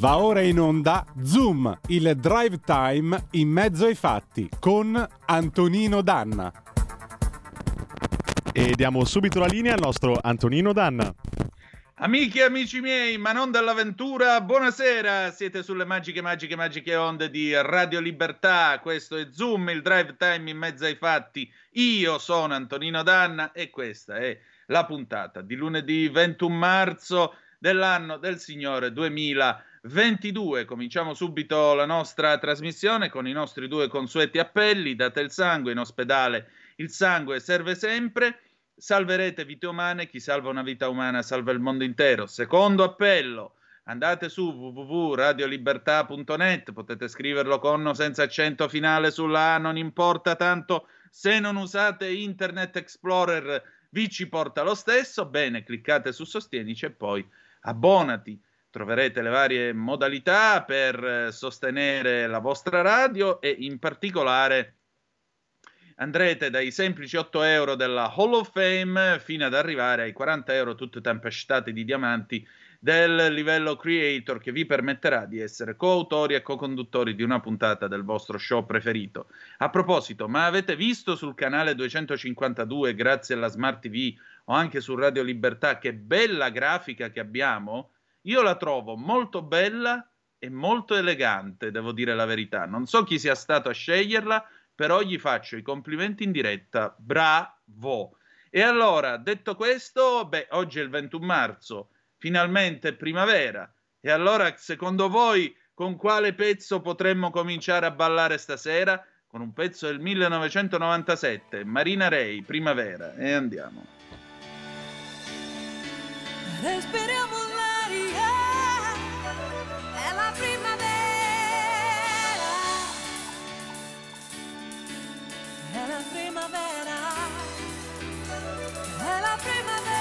Va ora in onda Zoom, il drive time in mezzo ai fatti con Antonino Danna. E diamo subito la linea al nostro Antonino Danna. Amiche e amici miei, ma non dall'avventura, buonasera, siete sulle magiche onde di Radio Libertà, questo è Zoom, il drive time in mezzo ai fatti, io sono Antonino Danna e questa è la puntata di lunedì 21 marzo dell'anno del Signore 2022. Cominciamo subito la nostra trasmissione con i nostri due consueti appelli: date il sangue, in ospedale il sangue serve sempre. Salverete vite umane, chi salva una vita umana salva il mondo intero. Secondo appello, andate su www.radiolibertà.net, potete scriverlo con o senza accento finale sulla A, non importa, tanto se non usate Internet Explorer vi ci porta lo stesso. Bene, cliccate su Sostienici e poi abbonati. Troverete le varie modalità per sostenere la vostra radio e in particolare andrete dai semplici 8 euro della Hall of Fame fino ad arrivare ai 40 euro tutte tempestate di diamanti del livello creator, che vi permetterà di essere coautori e co-conduttori di una puntata del vostro show preferito. A proposito, ma avete visto sul canale 252, grazie alla Smart TV, o anche su Radio Libertà, che bella grafica che abbiamo? Io la trovo molto bella e molto elegante, devo dire la verità. Non so chi sia stato a sceglierla, però gli faccio i complimenti in diretta, bravo. E allora, detto questo, oggi è il 21 marzo, finalmente è primavera, e allora secondo voi con quale pezzo potremmo cominciare a ballare stasera? Con un pezzo del 1997, Marina Ray, Primavera, e andiamo. Respiriamo l'aria, è la primavera. È la primavera, è la primavera.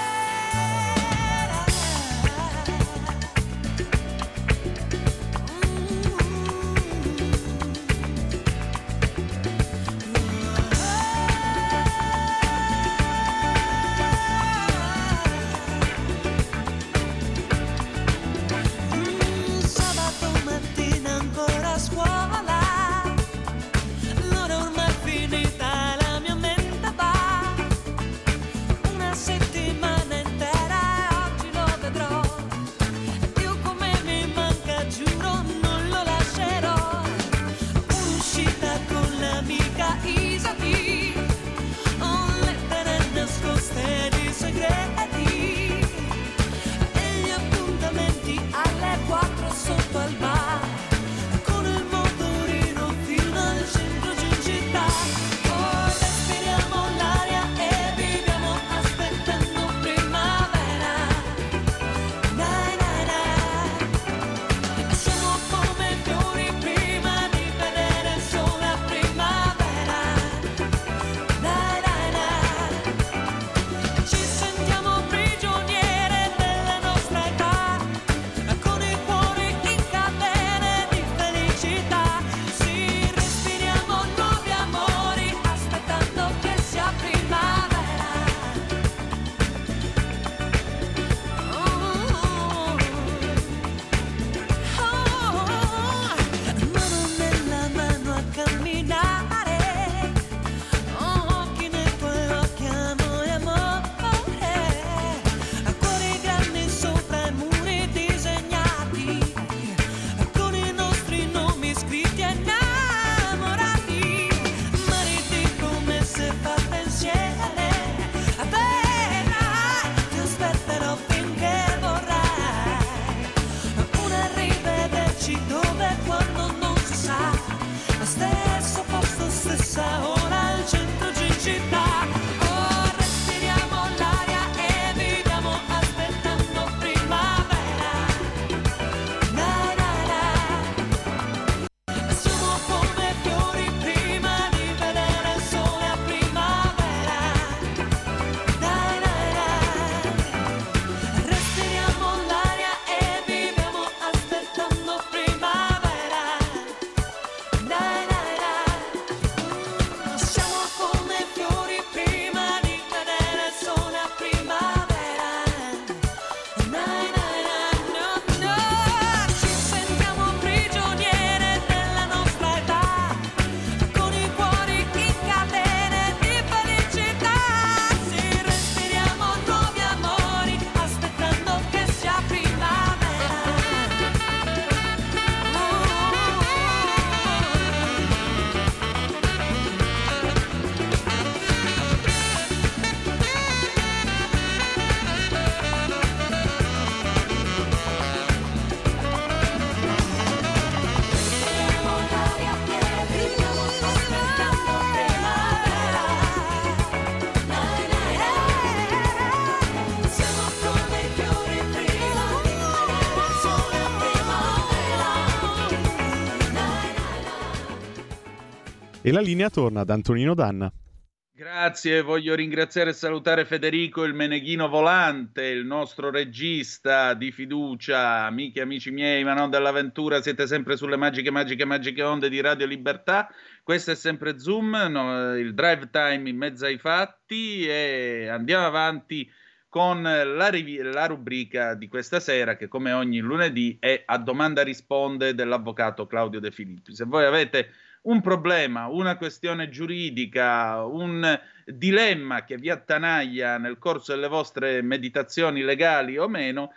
E la linea torna ad Antonino Danna. Grazie, voglio ringraziare e salutare Federico il Meneghino Volante, il nostro regista di fiducia, amiche e amici miei, ma non dell'avventura, siete sempre sulle magiche onde di Radio Libertà. Questo è sempre Zoom, il drive time in mezzo ai fatti, e andiamo avanti con la rubrica di questa sera, che come ogni lunedì è A domanda risponde dell'avvocato Claudio De Filippi. Se voi avete un problema, una questione giuridica, un dilemma che vi attanaglia nel corso delle vostre meditazioni legali o meno,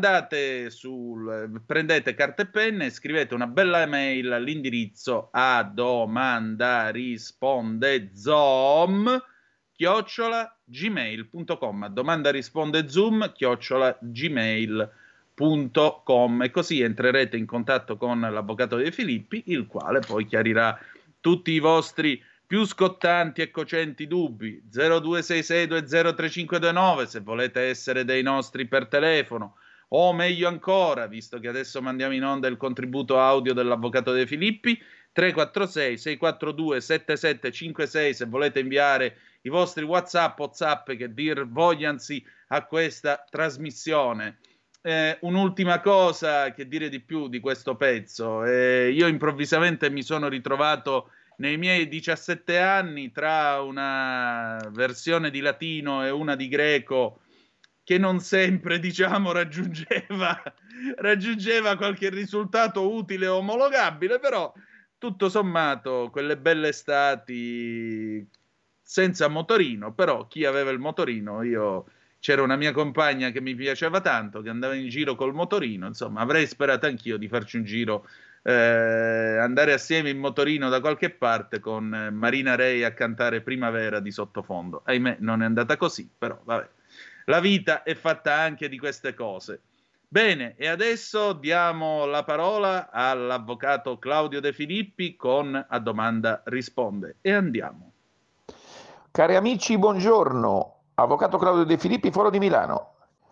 prendete carta e penna e scrivete una bella mail all'indirizzo a domandarispondezoom@gmail.com, a domandarispondezoom@gmail.com, e così entrerete in contatto con l'avvocato De Filippi, il quale poi chiarirà tutti i vostri più scottanti e cocenti dubbi. 0266203529 se volete essere dei nostri per telefono, o meglio ancora, visto che adesso mandiamo in onda il contributo audio dell'avvocato De Filippi, 346-642-7756 se volete inviare i vostri WhatsApp che dir vogliansi a questa trasmissione. Un'ultima cosa che dire di più di questo pezzo. Io improvvisamente mi sono ritrovato nei miei 17 anni tra una versione di latino e una di greco che non sempre, diciamo, raggiungeva qualche risultato utile o omologabile, però tutto sommato quelle belle estati senza motorino. Però chi aveva il motorino, c'era una mia compagna che mi piaceva tanto, che andava in giro col motorino, insomma avrei sperato anch'io di farci un giro, andare assieme in motorino da qualche parte con Marina Rei a cantare Primavera di sottofondo. Ahimè non è andata così, però vabbè. La vita è fatta anche di queste cose. Bene, e adesso diamo la parola all'avvocato Claudio De Filippi con A domanda risponde, e andiamo. Cari amici, buongiorno. Avvocato Claudio De Filippi, Foro di Milano.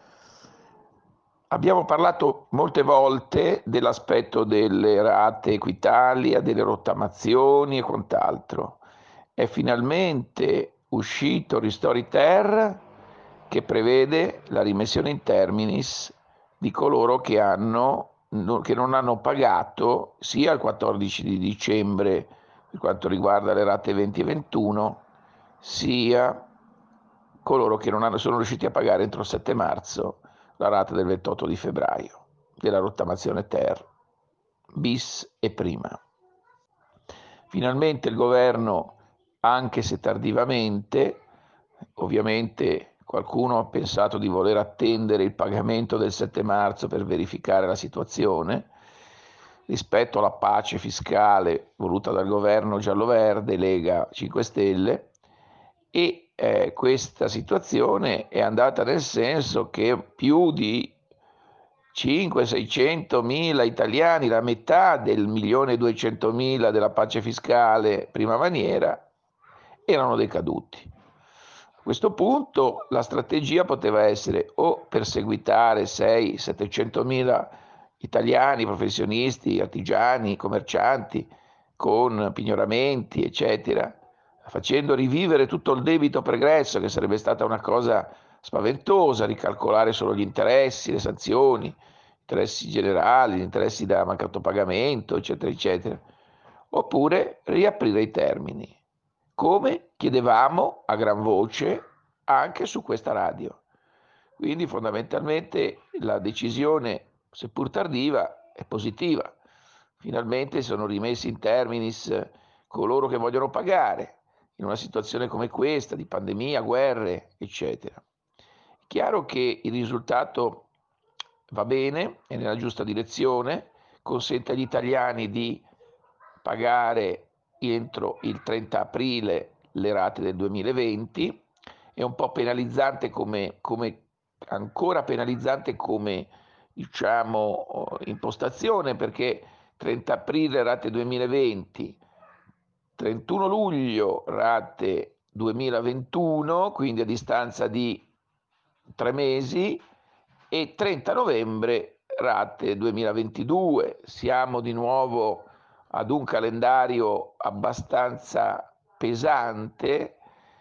Abbiamo parlato molte volte dell'aspetto delle rate Equitalia, delle rottamazioni e quant'altro. È finalmente uscito Ristori Ter, che prevede la rimessione in terminis di coloro che non hanno pagato sia il 14 di dicembre per quanto riguarda le rate 20 e 21, sia coloro che sono riusciti a pagare entro il 7 marzo la rata del 28 di febbraio della rottamazione Ter bis e prima. Finalmente il governo, anche se tardivamente, ovviamente qualcuno ha pensato di voler attendere il pagamento del 7 marzo per verificare la situazione, rispetto alla pace fiscale voluta dal governo giallo-verde, Lega 5 Stelle, e questa situazione è andata nel senso che più di 500-600 mila italiani, la metà del 1.200.000 della pace fiscale prima maniera, erano decaduti. A questo punto la strategia poteva essere o perseguitare 600-700 mila italiani, professionisti, artigiani, commercianti, con pignoramenti, eccetera, facendo rivivere tutto il debito pregresso, che sarebbe stata una cosa spaventosa, ricalcolare solo gli interessi, le sanzioni, interessi generali, gli interessi da mancato pagamento, eccetera, eccetera, oppure riaprire i termini, come chiedevamo a gran voce anche su questa radio. Quindi fondamentalmente la decisione, seppur tardiva, è positiva. Finalmente sono rimessi in terminis coloro che vogliono pagare in una situazione come questa, di pandemia, guerre, eccetera. È chiaro che il risultato va bene, è nella giusta direzione, consente agli italiani di pagare entro il 30 aprile le rate del 2020, è un po' penalizzante ancora penalizzante come diciamo impostazione, perché 30 aprile rate 2020, 31 luglio rate 2021, quindi a distanza di 3 mesi, e 30 novembre rate 2022. Siamo di nuovo ad un calendario abbastanza pesante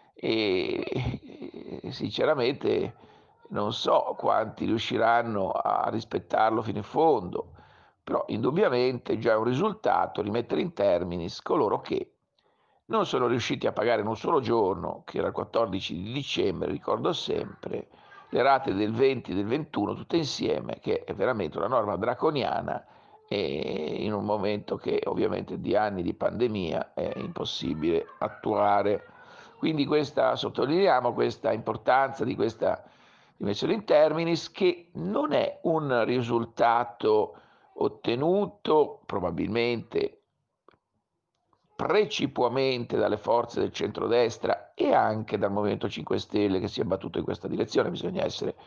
e sinceramente non so quanti riusciranno a rispettarlo fino in fondo, però indubbiamente già è un risultato rimettere in terminis coloro che non sono riusciti a pagare in un solo giorno, che era il 14 di dicembre, ricordo sempre, le rate del 20 e del 21 tutte insieme, che è veramente una norma draconiana e in un momento che ovviamente di anni di pandemia è impossibile attuare. Quindi sottolineiamo questa importanza di questa dimensione in terminis, che non è un risultato ottenuto probabilmente precipuamente dalle forze del centrodestra e anche dal Movimento 5 Stelle, che si è battuto in questa direzione. Bisogna essere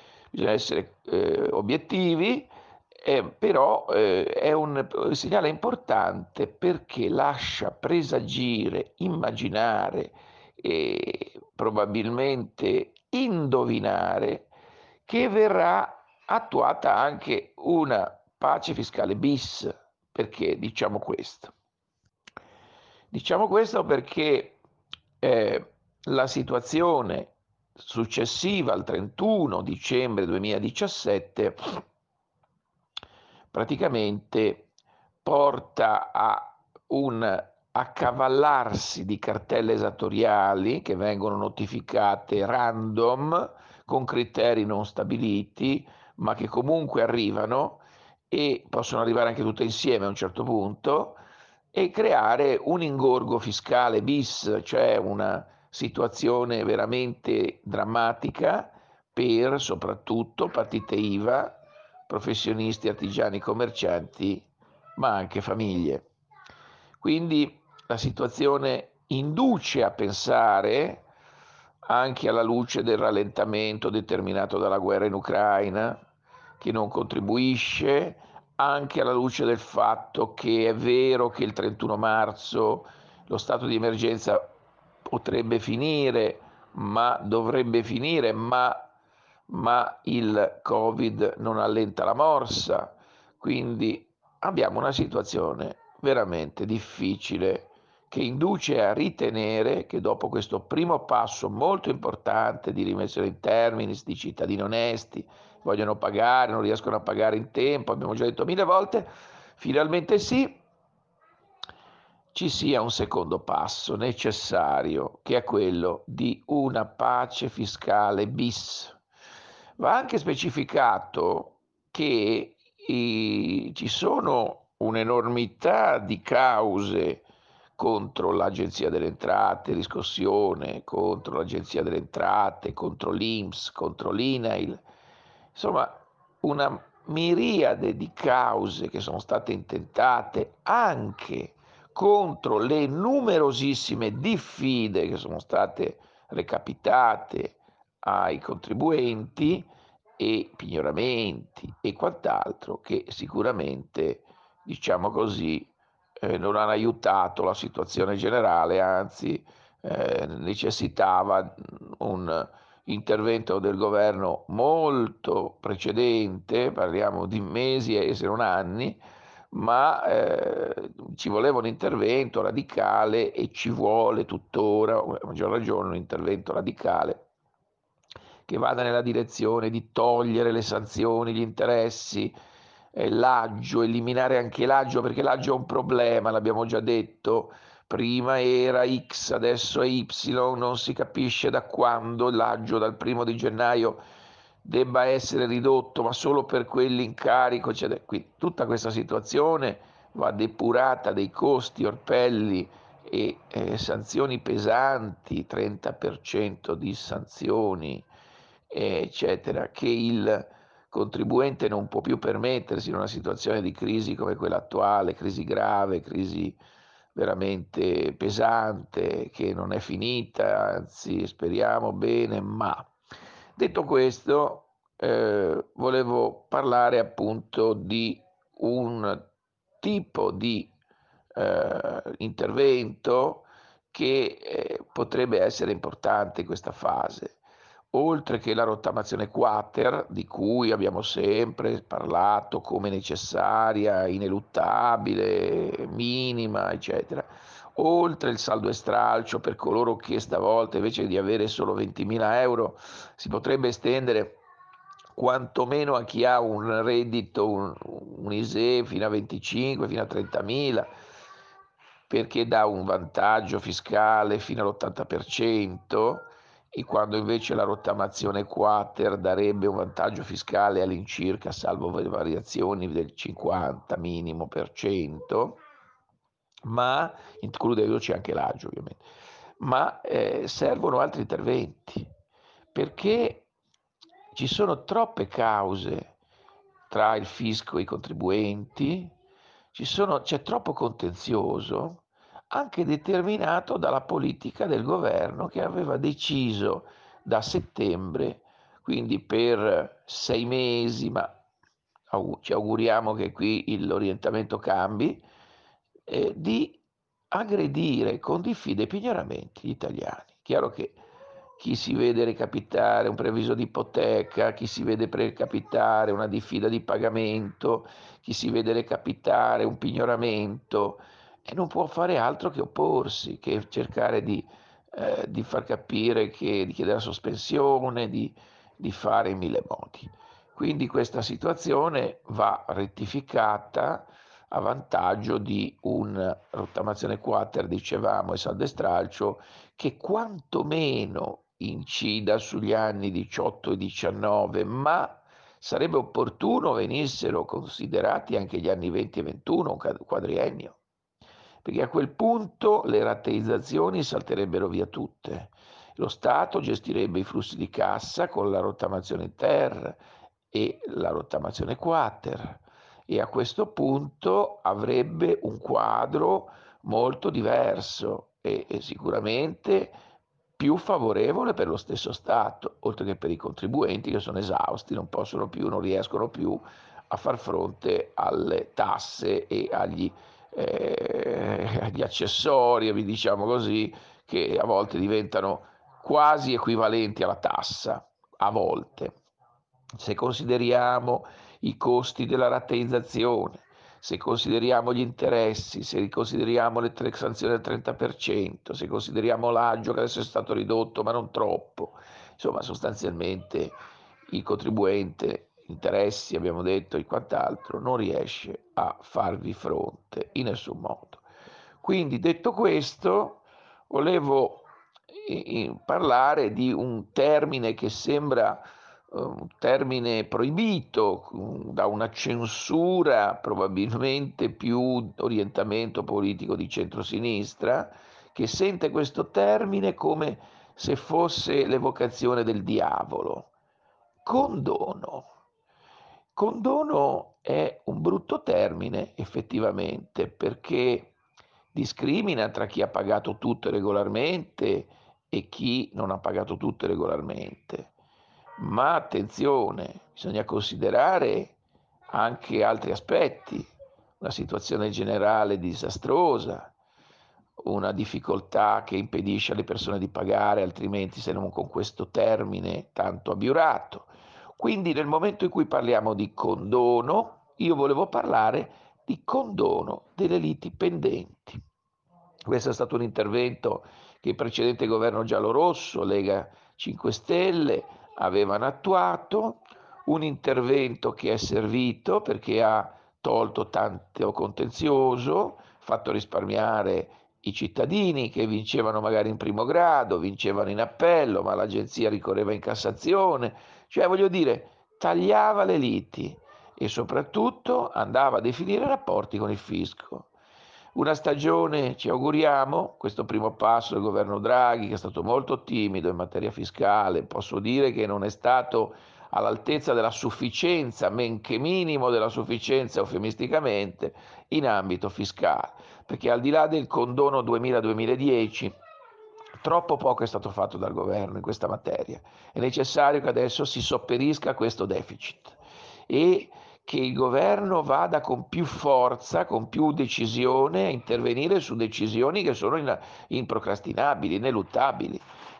obiettivi, però è un segnale importante perché lascia presagire, immaginare e probabilmente indovinare che verrà attuata anche una pace fiscale bis. Perché diciamo questo? Diciamo questo perché la situazione successiva al 31 dicembre 2017 praticamente porta a un accavallarsi di cartelle esattoriali che vengono notificate random con criteri non stabiliti, ma che comunque arrivano e possono arrivare anche tutte insieme a un certo punto, e creare un ingorgo fiscale bis, cioè una situazione veramente drammatica per soprattutto partite IVA, professionisti, artigiani, commercianti, ma anche famiglie. Quindi la situazione induce a pensare, anche alla luce del rallentamento determinato dalla guerra in Ucraina, che non contribuisce, anche alla luce del fatto che è vero che il 31 marzo lo stato di emergenza potrebbe finire, ma dovrebbe finire, ma il Covid non allenta la morsa, quindi abbiamo una situazione veramente difficile che induce a ritenere che dopo questo primo passo molto importante di rimessione in terminis, di cittadini onesti, vogliono pagare, non riescono a pagare in tempo, abbiamo già detto 1000 volte, finalmente sì, ci sia un secondo passo necessario, che è quello di una pace fiscale bis. Va anche specificato che ci sono un'enormità di cause contro l'Agenzia delle Entrate, riscossione, contro l'Agenzia delle Entrate, contro l'INPS, contro l'INAIL, insomma una miriade di cause che sono state intentate anche contro le numerosissime diffide che sono state recapitate ai contribuenti e pignoramenti e quant'altro che sicuramente, diciamo così, non hanno aiutato la situazione generale, anzi necessitava un intervento del governo molto precedente, parliamo di mesi e se non anni, ma ci voleva un intervento radicale e ci vuole tuttora, a maggior ragione, un intervento radicale che vada nella direzione di togliere le sanzioni, gli interessi, l'aggio, eliminare anche l'aggio, perché l'aggio è un problema, l'abbiamo già detto, prima era X, adesso è Y, non si capisce da quando l'aggio dal 1 gennaio debba essere ridotto, ma solo per quelli in carico, eccetera. Quindi tutta questa situazione va depurata dei costi orpelli e sanzioni pesanti, 30% di sanzioni, eccetera, che il contribuente non può più permettersi in una situazione di crisi come quella attuale, crisi grave, crisi veramente pesante, che non è finita, anzi speriamo bene, ma detto questo, volevo parlare appunto di un tipo di intervento che potrebbe essere importante in questa fase, oltre che la rottamazione quater, di cui abbiamo sempre parlato come necessaria, ineluttabile, minima, eccetera, oltre il saldo e stralcio per coloro che stavolta invece di avere solo 20.000 euro si potrebbe estendere quantomeno a chi ha un reddito, un ISEE fino a 25, fino a 30.000, perché dà un vantaggio fiscale fino all'80%, e quando invece la rottamazione quater darebbe un vantaggio fiscale all'incirca, salvo variazioni, del 50 minimo per cento, ma includendoci anche l'agio ovviamente. Ma servono altri interventi, perché ci sono troppe cause tra il fisco e i contribuenti, c'è troppo contenzioso, anche determinato dalla politica del governo che aveva deciso da settembre, quindi per 6 mesi, ma ci auguriamo che qui l'orientamento cambi, di aggredire con diffide e pignoramenti gli italiani. Chiaro che chi si vede recapitare un preavviso di ipoteca, chi si vede recapitare una diffida di pagamento, chi si vede recapitare un pignoramento, e non può fare altro che opporsi, che cercare di far capire di chiedere la sospensione, di fare in mille modi. Quindi questa situazione va rettificata a vantaggio di una rottamazione quater, dicevamo, e saldo e stralcio, che quantomeno incida sugli anni 18 e 19, ma sarebbe opportuno venissero considerati anche gli anni 20 e 21, un quadriennio, perché a quel punto le rateizzazioni salterebbero via tutte. Lo Stato gestirebbe i flussi di cassa con la rottamazione ter e la rottamazione quater, e a questo punto avrebbe un quadro molto diverso e sicuramente più favorevole per lo stesso Stato, oltre che per i contribuenti che sono esausti, non riescono più a far fronte alle tasse e agli accessori, diciamo così, che a volte diventano quasi equivalenti alla tassa, a volte. Se consideriamo i costi della rateizzazione, se consideriamo gli interessi, se consideriamo le sanzioni del 30%, se consideriamo l'agio che adesso è stato ridotto ma non troppo, insomma sostanzialmente il contribuente, interessi abbiamo detto e quant'altro, non riesce a farvi fronte in nessun modo. Quindi detto questo, volevo parlare di un termine che sembra un termine proibito da una censura probabilmente più orientamento politico di centrosinistra, che sente questo termine come se fosse l'evocazione del diavolo. Condono. Condono è un brutto termine effettivamente, perché discrimina tra chi ha pagato tutto regolarmente e chi non ha pagato tutto regolarmente. Ma attenzione, bisogna considerare anche altri aspetti, una situazione generale disastrosa, una difficoltà che impedisce alle persone di pagare, altrimenti se non con questo termine tanto abiurato. Quindi nel momento in cui parliamo di condono, io volevo parlare di condono delle liti pendenti. Questo è stato un intervento che il precedente governo giallorosso, Lega 5 Stelle, avevano attuato, un intervento che è servito perché ha tolto tanto contenzioso, fatto risparmiare i cittadini che vincevano magari in primo grado, vincevano in appello, ma l'agenzia ricorreva in Cassazione, cioè voglio dire, tagliava le liti e soprattutto andava a definire rapporti con il fisco. Una stagione, ci auguriamo, questo primo passo del governo Draghi, che è stato molto timido in materia fiscale, posso dire che non è stato all'altezza della sufficienza, men che minimo della sufficienza eufemisticamente, in ambito fiscale, perché al di là del condono 2000-2010, troppo poco è stato fatto dal governo in questa materia. È necessario che adesso si sopperisca a questo deficit e che il governo vada con più forza, con più decisione a intervenire su decisioni che sono improcrastinabili, ineluttabili.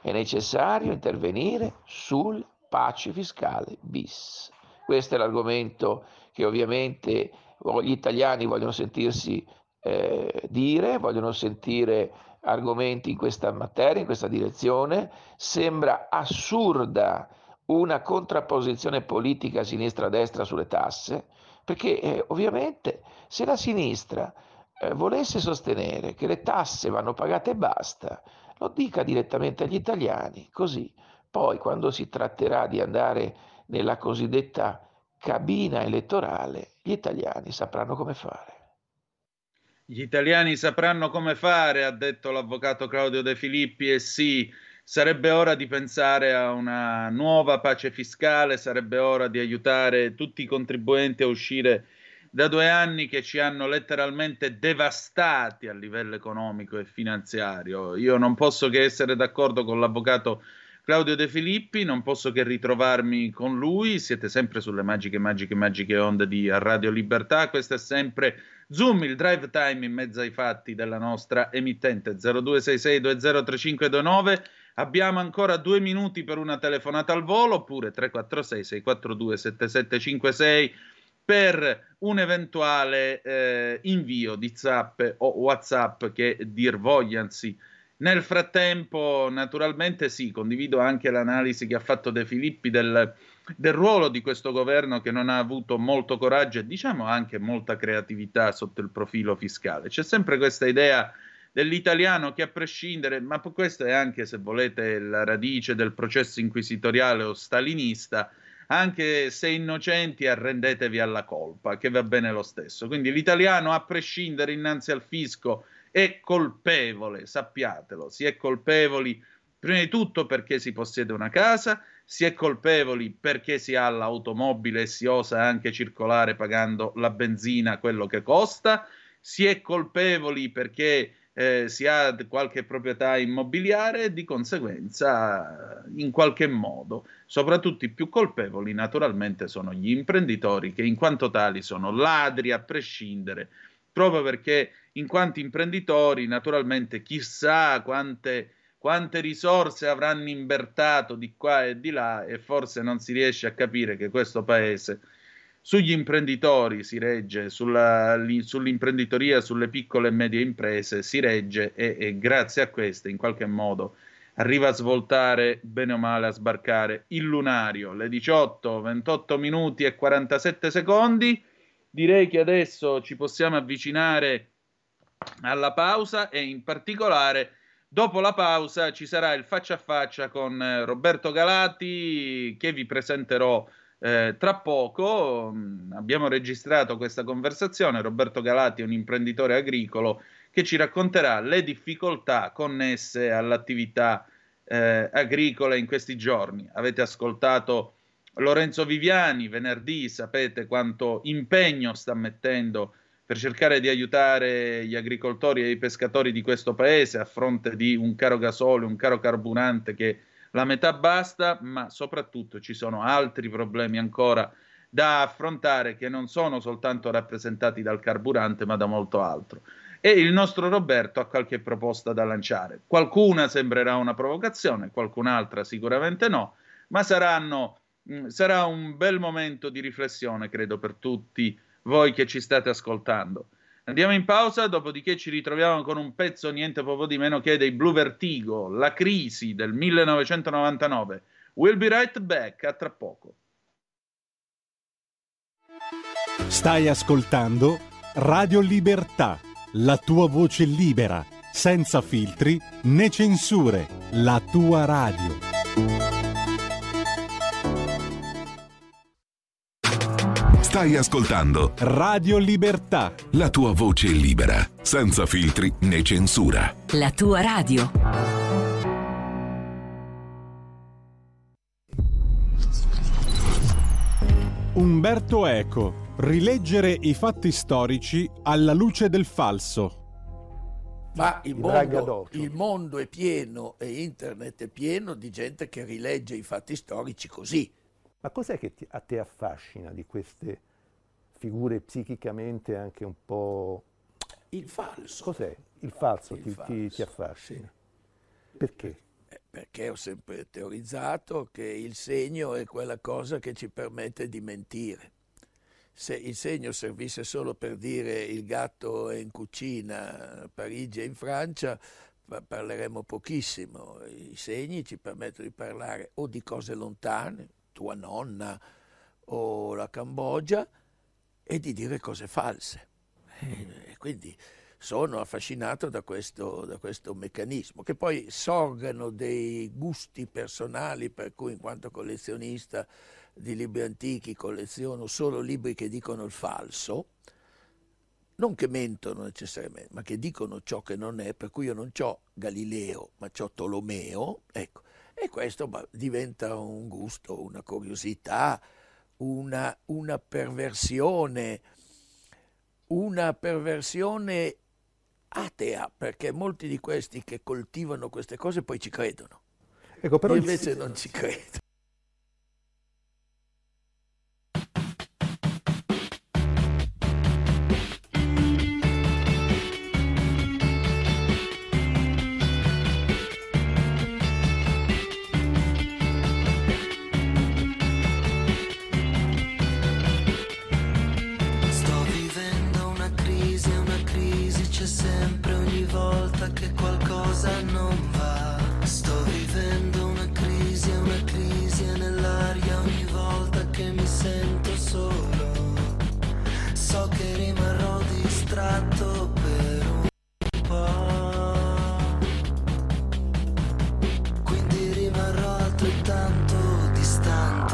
è necessario intervenire sul pace fiscale bis. Questo è l'argomento che ovviamente gli italiani vogliono sentirsi dire, vogliono sentire argomenti in questa materia, in questa direzione. Sembra assurda una contrapposizione politica sinistra-destra sulle tasse, perché ovviamente se la sinistra volesse sostenere che le tasse vanno pagate e basta, lo dica direttamente agli italiani, così poi quando si tratterà di andare nella cosiddetta cabina elettorale, gli italiani sapranno come fare. Gli italiani sapranno come fare, ha detto l'avvocato Claudio De Filippi, e sì, sarebbe ora di pensare a una nuova pace fiscale, sarebbe ora di aiutare tutti i contribuenti a uscire da 2 anni che ci hanno letteralmente devastati a livello economico e finanziario. Io non posso che essere d'accordo con l'avvocato Claudio De Filippi, non posso che ritrovarmi con lui. Siete sempre sulle magiche onde di Radio Libertà. Questo è sempre Zoom, il drive time in mezzo ai fatti della nostra emittente 0266203529. Abbiamo ancora 2 minuti per una telefonata al volo, oppure 346-642-7756 per un eventuale invio di Zap o WhatsApp che dir vogliansi. Nel frattempo, naturalmente sì, condivido anche l'analisi che ha fatto De Filippi del ruolo di questo governo, che non ha avuto molto coraggio e diciamo anche molta creatività sotto il profilo fiscale. C'è sempre questa idea dell'italiano che, a prescindere, ma questo è anche, se volete, la radice del processo inquisitoriale o stalinista, anche se innocenti arrendetevi alla colpa, che va bene lo stesso. Quindi l'italiano, a prescindere innanzi al fisco, è colpevole, sappiatelo. Si è colpevoli prima di tutto perché si possiede una casa, si è colpevoli perché si ha l'automobile e si osa anche circolare pagando la benzina quello che costa, si è colpevoli perché si ha qualche proprietà immobiliare e di conseguenza in qualche modo, soprattutto i più colpevoli naturalmente sono gli imprenditori, che in quanto tali sono ladri a prescindere, proprio perché in quanto imprenditori naturalmente chissà quante risorse avranno imbertato di qua e di là, e forse non si riesce a capire che questo paese sugli imprenditori si regge, sull'imprenditoria, sulle piccole e medie imprese si regge, e grazie a queste in qualche modo arriva a svoltare, bene o male, a sbarcare il lunario. Le 18, 28 minuti e 47 secondi. Direi che adesso ci possiamo avvicinare alla pausa, e in particolare dopo la pausa ci sarà il faccia a faccia con Roberto Galati, che vi presenterò tra poco. Abbiamo registrato questa conversazione. Roberto Galati è un imprenditore agricolo che ci racconterà le difficoltà connesse all'attività agricola in questi giorni. Avete ascoltato Lorenzo Viviani venerdì, sapete quanto impegno sta mettendo per cercare di aiutare gli agricoltori e i pescatori di questo paese a fronte di un caro gasolio, un caro carburante che la metà basta, ma soprattutto ci sono altri problemi ancora da affrontare, che non sono soltanto rappresentati dal carburante, ma da molto altro. E il nostro Roberto ha qualche proposta da lanciare. Qualcuna sembrerà una provocazione, qualcun'altra sicuramente no, ma sarà un bel momento di riflessione, credo, per tutti voi che ci state ascoltando. Andiamo in pausa, dopodiché ci ritroviamo con un pezzo niente proprio di meno che dei Blue Vertigo, La crisi del 1999. We'll be right back, a tra poco. Stai ascoltando Radio Libertà, la tua voce libera, senza filtri né censure, la tua radio. Stai ascoltando Radio Libertà, la tua voce libera, senza filtri né censura. La tua radio. Umberto Eco, rileggere i fatti storici alla luce del falso. Ma il mondo è pieno, e internet è pieno di gente che rilegge i fatti storici così. Ma cos'è che a te affascina di queste figure psichicamente anche un po'... Il falso. Cos'è? Il falso ti affascina. Sì. Perché? perché ho sempre teorizzato che il segno è quella cosa che ci permette di mentire. Se il segno servisse solo per dire il gatto è in cucina, a Parigi è in Francia, parleremo pochissimo. I segni ci permettono di parlare o di cose lontane, tua nonna o la Cambogia, e di dire cose false. E quindi sono affascinato da questo meccanismo, che poi sorgano dei gusti personali, per cui in quanto collezionista di libri antichi colleziono solo libri che dicono il falso, non che mentono necessariamente, ma che dicono ciò che non è, per cui io non c'ho Galileo, ma c'ho Tolomeo, ecco. E questo diventa un gusto, una curiosità, una perversione atea, perché molti di questi che coltivano queste cose poi ci credono. Ecco, però io invece non ci credo. Sempre ogni volta che qualcosa non va, sto vivendo una crisi è nell'aria ogni volta che mi sento solo, so che rimarrò distratto per un po', quindi rimarrò altrettanto distante.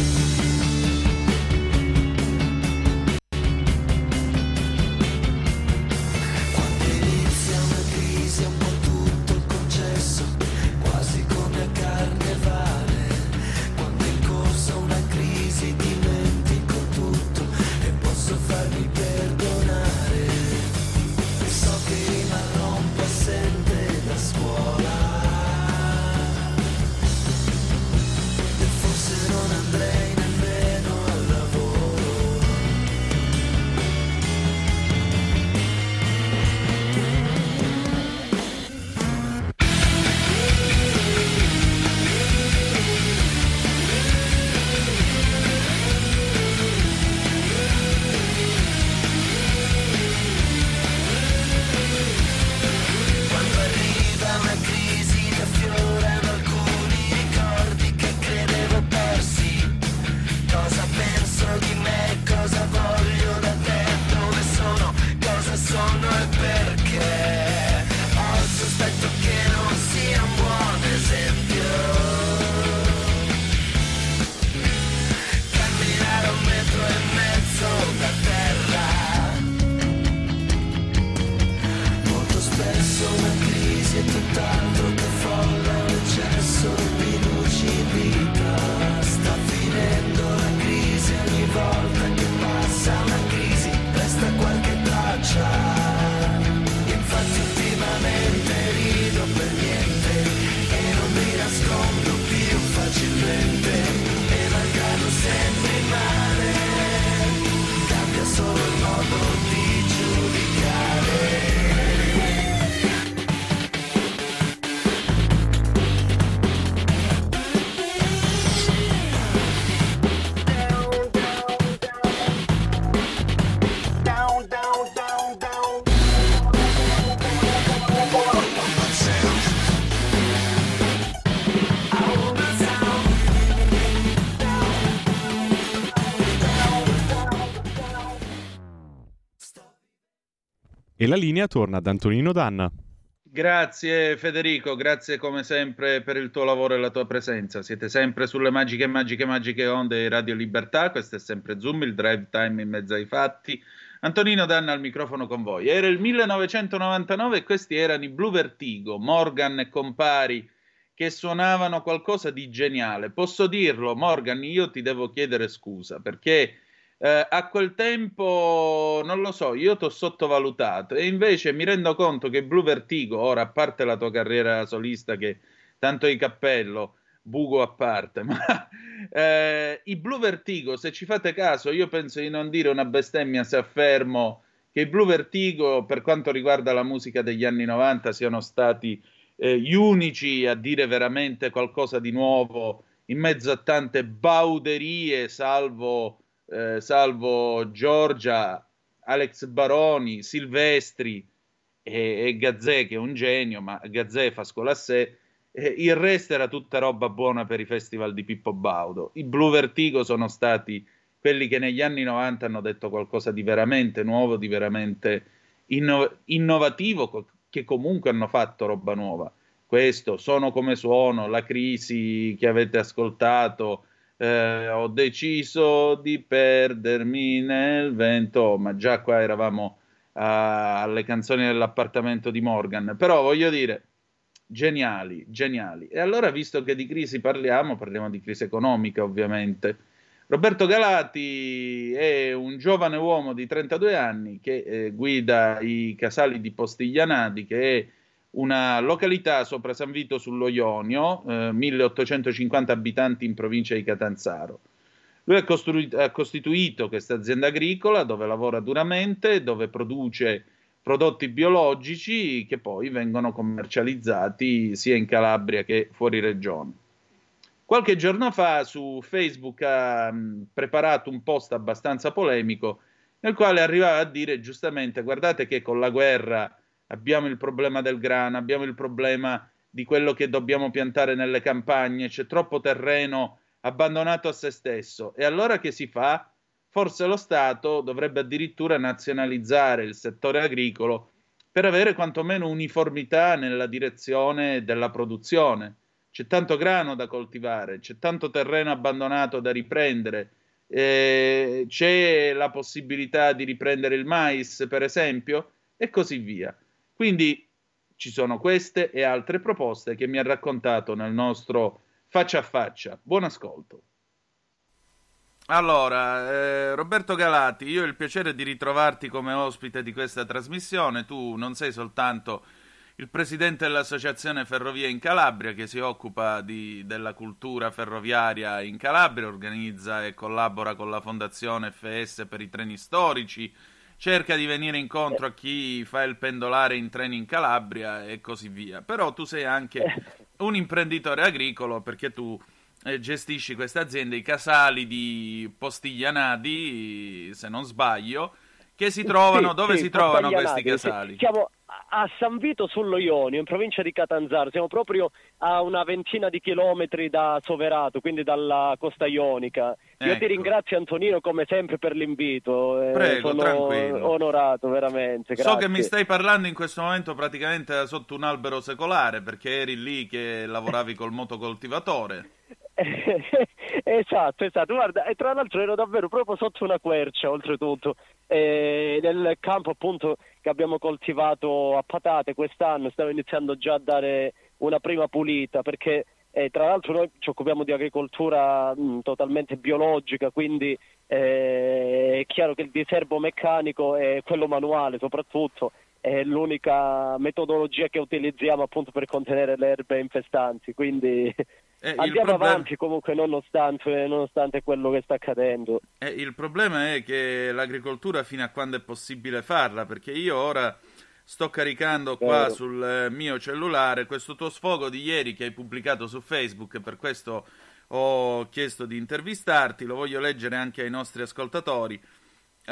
E la linea torna ad Antonino Danna. Grazie Federico, grazie come sempre per il tuo lavoro e la tua presenza. Siete sempre sulle magiche onde di Radio Libertà. Questo è sempre Zoom, il drive time in mezzo ai fatti. Antonino Danna al microfono con voi. Era il 1999 e questi erano i Blue Vertigo, Morgan e compari, che suonavano qualcosa di geniale. Posso dirlo, Morgan, io ti devo chiedere scusa, perché a quel tempo, non lo so, io ti ho sottovalutato e invece mi rendo conto che Blue Vertigo, ora a parte la tua carriera solista che tanto di cappello, buco a parte, ma i Blue Vertigo, se ci fate caso, io penso di non dire una bestemmia se affermo che i Blue Vertigo, per quanto riguarda la musica degli anni 90, siano stati gli unici a dire veramente qualcosa di nuovo in mezzo a tante bauderie, salvo Giorgia, Alex Baroni, Silvestri e Gazzè, che è un genio, ma Gazzè fa scuola a sé. Il resto era tutta roba buona per i festival di Pippo Baudo. I Blue Vertigo sono stati quelli che negli anni 90 hanno detto qualcosa di veramente nuovo, di veramente innovativo, che comunque hanno fatto roba nuova. Questo, Sono come suono, La crisi che avete ascoltato, ho deciso di perdermi nel vento, ma già qua eravamo alle canzoni dell'appartamento di Morgan. Però voglio dire, geniali, geniali. E allora, visto che di crisi parliamo di crisi economica, ovviamente. Roberto Galati è un giovane uomo di 32 anni che guida i Casali di Postiglianadi, che è una località sopra San Vito sullo Ionio, 1850 abitanti in provincia di Catanzaro. Lui ha costituito questa azienda agricola dove lavora duramente, dove produce prodotti biologici che poi vengono commercializzati sia in Calabria che fuori regione. Qualche giorno fa su Facebook ha preparato un post abbastanza polemico nel quale arrivava a dire giustamente: guardate che con la guerra abbiamo il problema del grano, abbiamo il problema di quello che dobbiamo piantare nelle campagne, c'è troppo terreno abbandonato a se stesso. E allora che si fa? Forse lo Stato dovrebbe addirittura nazionalizzare il settore agricolo per avere quantomeno uniformità nella direzione della produzione. C'è tanto grano da coltivare, c'è tanto terreno abbandonato da riprendere, c'è la possibilità di riprendere il mais, per esempio, e così via. Quindi ci sono queste e altre proposte che mi ha raccontato nel nostro Faccia a Faccia. Buon ascolto. Allora, Roberto Galati, io ho il piacere di ritrovarti come ospite di questa trasmissione. Tu non sei soltanto il presidente dell'Associazione Ferrovie in Calabria, che si occupa della cultura ferroviaria in Calabria, organizza e collabora con la Fondazione FS per i treni storici, cerca di venire incontro a chi fa il pendolare in treni in Calabria e così via. Però tu sei anche un imprenditore agricolo, perché tu gestisci questa azienda, i Casali di Postiglianadi, se non sbaglio, che si trovano, dove si trovano questi casali? Siamo a San Vito sullo Ionio, in provincia di Catanzaro, siamo proprio a una ventina di chilometri da Soverato, quindi dalla costa ionica. Io ti ringrazio, Antonino, come sempre per l'invito. Prego, sono tranquillo. onorato, veramente. Grazie. So che mi stai parlando in questo momento praticamente da sotto un albero secolare, perché eri lì che lavoravi col motocoltivatore. Esatto, guarda, e tra l'altro ero davvero proprio sotto una quercia, oltretutto, nel campo appunto che abbiamo coltivato a patate quest'anno. Stavo iniziando già a dare una prima pulita, perché tra l'altro noi ci occupiamo di agricoltura totalmente biologica, quindi è chiaro che il diserbo meccanico e quello manuale soprattutto è l'unica metodologia che utilizziamo appunto per contenere le erbe infestanti, quindi andiamo avanti comunque nonostante quello che sta accadendo. Il problema è che l'agricoltura fino a quando è possibile farla, perché io ora sto caricando qua sul mio cellulare questo tuo sfogo di ieri che hai pubblicato su Facebook, per questo ho chiesto di intervistarti, lo voglio leggere anche ai nostri ascoltatori. Tu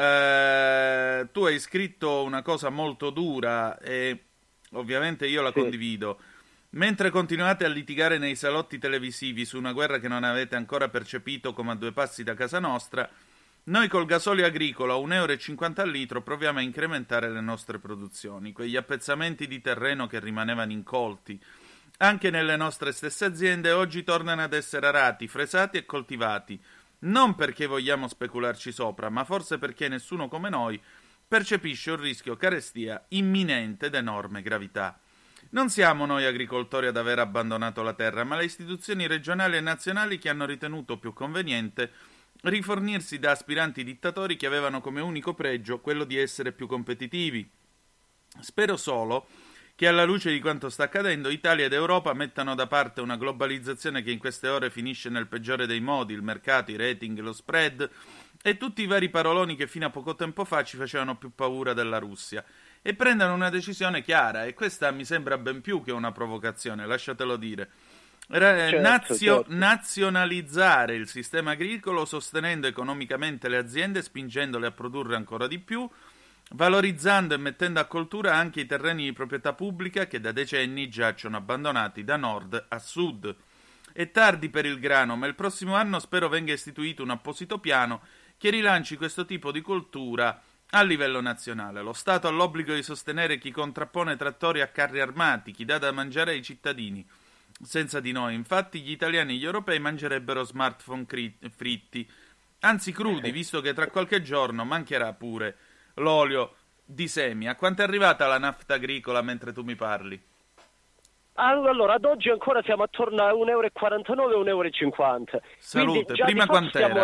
hai scritto una cosa molto dura e ovviamente io la condivido. Mentre continuate a litigare nei salotti televisivi su una guerra che non avete ancora percepito come a due passi da casa nostra, noi col gasolio agricolo a 1,50 € al litro proviamo a incrementare le nostre produzioni, quegli appezzamenti di terreno che rimanevano incolti. Anche nelle nostre stesse aziende oggi tornano ad essere arati, fresati e coltivati, non perché vogliamo specularci sopra, ma forse perché nessuno come noi percepisce un rischio carestia imminente d'enorme gravità. Non siamo noi agricoltori ad aver abbandonato la terra, ma le istituzioni regionali e nazionali che hanno ritenuto più conveniente rifornirsi da aspiranti dittatori che avevano come unico pregio quello di essere più competitivi. Spero solo che alla luce di quanto sta accadendo Italia ed Europa mettano da parte una globalizzazione che in queste ore finisce nel peggiore dei modi, il mercato, i rating, lo spread e tutti i vari paroloni che fino a poco tempo fa ci facevano più paura della Russia, e prendano una decisione chiara, e questa mi sembra ben più che una provocazione, lasciatelo dire. Certo. Nazionalizzare il sistema agricolo sostenendo economicamente le aziende, spingendole a produrre ancora di più, valorizzando e mettendo a coltura anche i terreni di proprietà pubblica che da decenni giacciono abbandonati da nord a sud. È tardi per il grano, ma il prossimo anno spero venga istituito un apposito piano che rilanci questo tipo di coltura a livello nazionale. Lo Stato ha l'obbligo di sostenere chi contrappone trattori a carri armati, chi dà da mangiare ai cittadini. Senza di noi, infatti, gli italiani e gli europei mangerebbero smartphone fritti, anzi crudi, visto che tra qualche giorno mancherà pure l'olio di semi. A quanto è arrivata la nafta agricola mentre tu mi parli? Allora, ad oggi ancora siamo attorno a 1,49 euro, 1,50 euro. Salute, prima quant'era?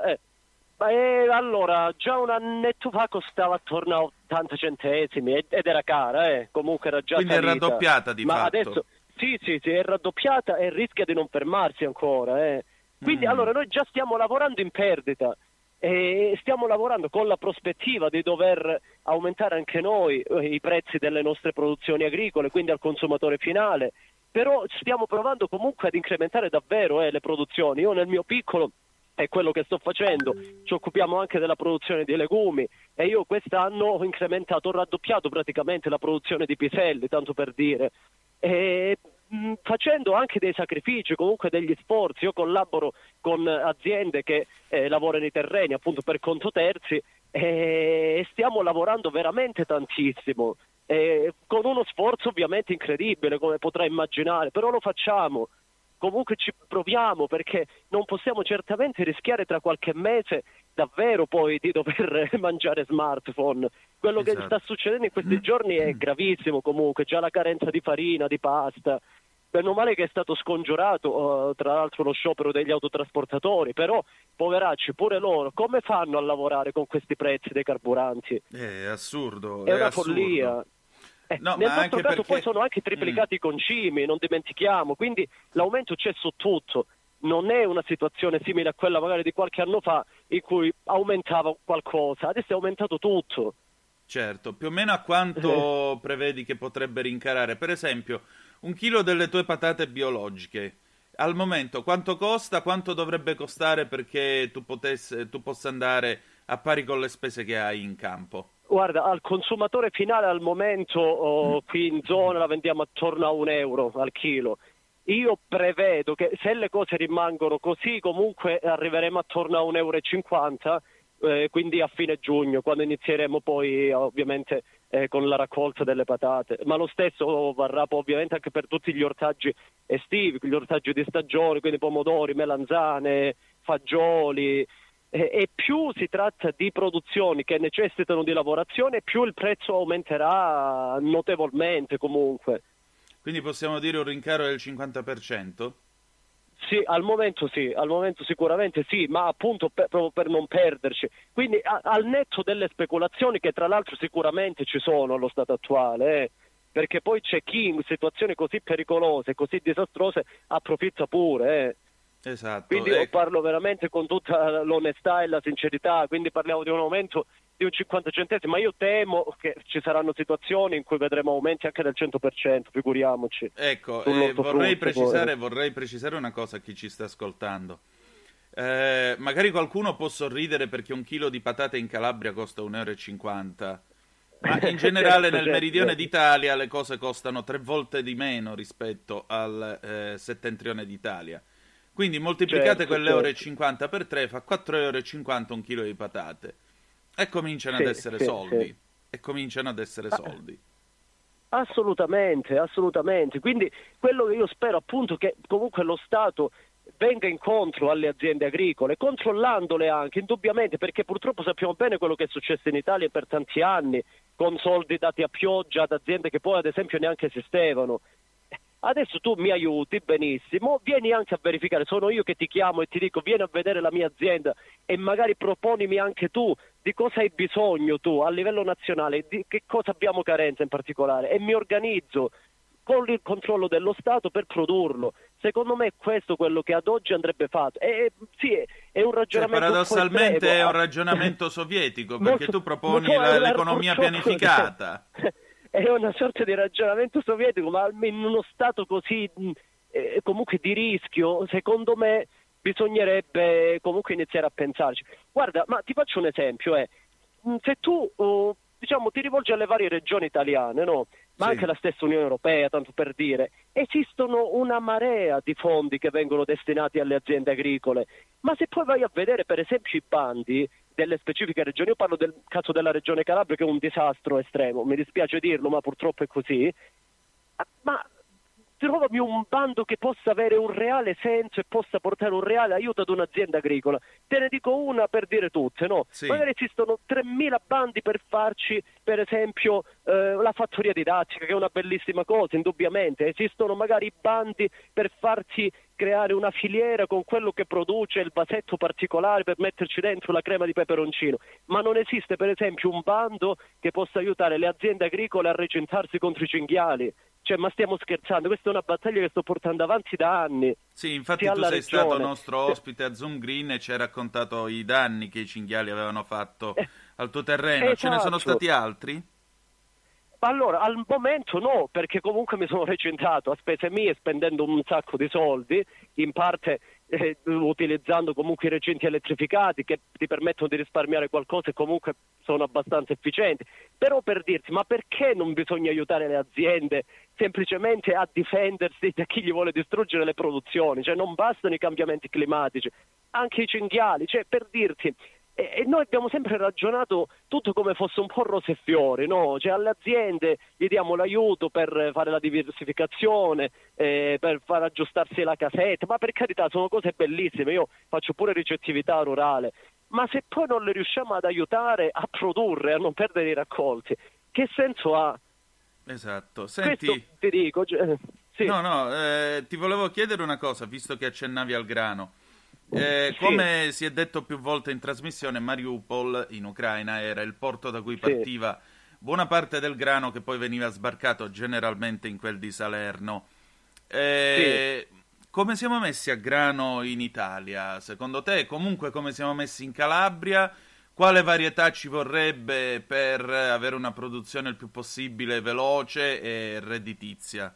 Allora, già un annetto fa costava attorno a 80 centesimi ed era cara, comunque era già quindi salita. è raddoppiata di Ma fatto. adesso sì, è raddoppiata e rischia di non fermarsi ancora. Quindi allora noi già stiamo lavorando in perdita e stiamo lavorando con la prospettiva di dover aumentare anche noi i prezzi delle nostre produzioni agricole, quindi al consumatore finale, però stiamo provando comunque ad incrementare davvero le produzioni. Io nel mio piccolo è quello che sto facendo, ci occupiamo anche della produzione di legumi e io quest'anno ho incrementato, ho raddoppiato praticamente la produzione di piselli, tanto per dire, e facendo anche dei sacrifici, comunque degli sforzi. Io collaboro con aziende che lavorano i terreni appunto per conto terzi e stiamo lavorando veramente tantissimo, con uno sforzo ovviamente incredibile, come potrai immaginare, però lo facciamo. Comunque ci proviamo, perché non possiamo certamente rischiare tra qualche mese davvero poi di dover mangiare smartphone. Quello che sta succedendo in questi giorni è gravissimo comunque, già la carenza di farina, di pasta. Meno male che è stato scongiurato, tra l'altro, lo sciopero degli autotrasportatori, però poveracci pure loro, come fanno a lavorare con questi prezzi dei carburanti? È assurdo. È una follia. No, nel ma nostro anche caso perché... poi sono anche triplicati i concimi, non dimentichiamo, quindi l'aumento c'è su tutto. Non è una situazione simile a quella magari di qualche anno fa in cui aumentava qualcosa, adesso è aumentato tutto. Certo, più o meno a quanto prevedi che potrebbe rincarare? Per esempio, 1 chilo delle tue patate biologiche, al momento quanto costa, quanto dovrebbe costare perché tu possa andare a pari con le spese che hai in campo? Guarda, al consumatore finale al momento qui in zona la vendiamo attorno a 1 euro al chilo. Io prevedo che se le cose rimangono così comunque arriveremo attorno a 1,50 euro, quindi a fine giugno, quando inizieremo poi ovviamente con la raccolta delle patate. Ma lo stesso varrà poi ovviamente anche per tutti gli ortaggi estivi, gli ortaggi di stagione, quindi pomodori, melanzane, fagioli. E più si tratta di produzioni che necessitano di lavorazione, più il prezzo aumenterà notevolmente comunque. Quindi possiamo dire un rincaro del 50%? Sì, al momento sicuramente sì, ma appunto proprio per non perderci. Quindi al netto delle speculazioni, che tra l'altro sicuramente ci sono allo stato attuale, perché poi c'è chi in situazioni così pericolose, così disastrose, approfitta pure. Esatto. Quindi io parlo veramente con tutta l'onestà e la sincerità, quindi parliamo di un aumento di un 50 centesimi, ma io temo che ci saranno situazioni in cui vedremo aumenti anche del 100%, figuriamoci. Ecco, vorrei precisare una cosa a chi ci sta ascoltando. Magari qualcuno può sorridere perché 1 chilo di patate in Calabria costa 1,50 euro, ma in generale nel meridione d'Italia le cose costano 3 volte di meno rispetto al settentrione d'Italia. Quindi moltiplicate quell'euro e 50 per 3, fa 4,50 euro 1 chilo di patate. E cominciano ad essere soldi. Sì. E cominciano ad essere soldi. Assolutamente. Quindi quello che io spero appunto che comunque lo Stato venga incontro alle aziende agricole, controllandole anche, indubbiamente, perché purtroppo sappiamo bene quello che è successo in Italia per tanti anni, con soldi dati a pioggia ad aziende che poi ad esempio neanche esistevano. Adesso tu mi aiuti benissimo, vieni anche a verificare, sono io che ti chiamo e ti dico vieni a vedere la mia azienda e magari proponimi anche tu di cosa hai bisogno tu a livello nazionale, di che cosa abbiamo carenza in particolare, e mi organizzo con il controllo dello Stato per produrlo, Secondo me è questo quello che ad oggi andrebbe fatto. Sì, è un ragionamento paradossalmente è un ragionamento sovietico, perché tu proponi l'economia pianificata. È una sorta di ragionamento sovietico, ma in uno stato così comunque di rischio, secondo me bisognerebbe comunque iniziare a pensarci. Guarda, ma ti faccio un esempio, se tu diciamo ti rivolgi alle varie regioni italiane, no? Ma sì, anche la stessa Unione Europea, tanto per dire, esistono una marea di fondi che vengono destinati alle aziende agricole, ma se poi vai a vedere per esempio i bandi delle specifiche regioni, io parlo del caso della regione Calabria che è un disastro estremo, mi dispiace dirlo ma purtroppo è così, ma trovami un bando che possa avere un reale senso e possa portare un reale aiuto ad un'azienda agricola. Te ne dico una per dire tutte, no? sì. Magari esistono 3.000 bandi per farci, per esempio, la fattoria didattica, che è una bellissima cosa, indubbiamente. Esistono magari bandi per farti creare una filiera con quello che produce il vasetto particolare per metterci dentro la crema di peperoncino, ma non esiste per esempio un bando che possa aiutare le aziende agricole a recentrarsi contro i cinghiali. Cioè, ma stiamo scherzando? Questa è una battaglia che sto portando avanti da anni. Sì, infatti tu sei stato nostro ospite a Zoom Green e ci hai raccontato i danni che i cinghiali avevano fatto al tuo terreno. Esatto. Ce ne sono stati altri? Allora, al momento no, perché comunque mi sono recentrato a spese mie spendendo un sacco di soldi, in parte utilizzando comunque i recinti elettrificati che ti permettono di risparmiare qualcosa e comunque sono abbastanza efficienti. Però per dirti, ma perché non bisogna aiutare le aziende semplicemente a difendersi da chi gli vuole distruggere le produzioni? Cioè non bastano i cambiamenti climatici, anche i cinghiali, cioè per dirti... E noi abbiamo sempre ragionato tutto come fosse un po' rose e fiori, no? Cioè alle aziende gli diamo l'aiuto per fare la diversificazione, per far aggiustarsi la casetta, ma per carità sono cose bellissime, io faccio pure ricettività rurale, ma se poi non le riusciamo ad aiutare a produrre, a non perdere i raccolti, che senso ha? Esatto, senti... Questo ti dico... sì. No, ti volevo chiedere una cosa, visto che accennavi al grano. Sì. Come si è detto più volte in trasmissione, Mariupol in Ucraina era il porto da cui partiva buona parte del grano che poi veniva sbarcato generalmente in quel di Salerno. Come siamo messi a grano in Italia, secondo te? Comunque come siamo messi in Calabria? Quale varietà ci vorrebbe per avere una produzione il più possibile veloce e redditizia?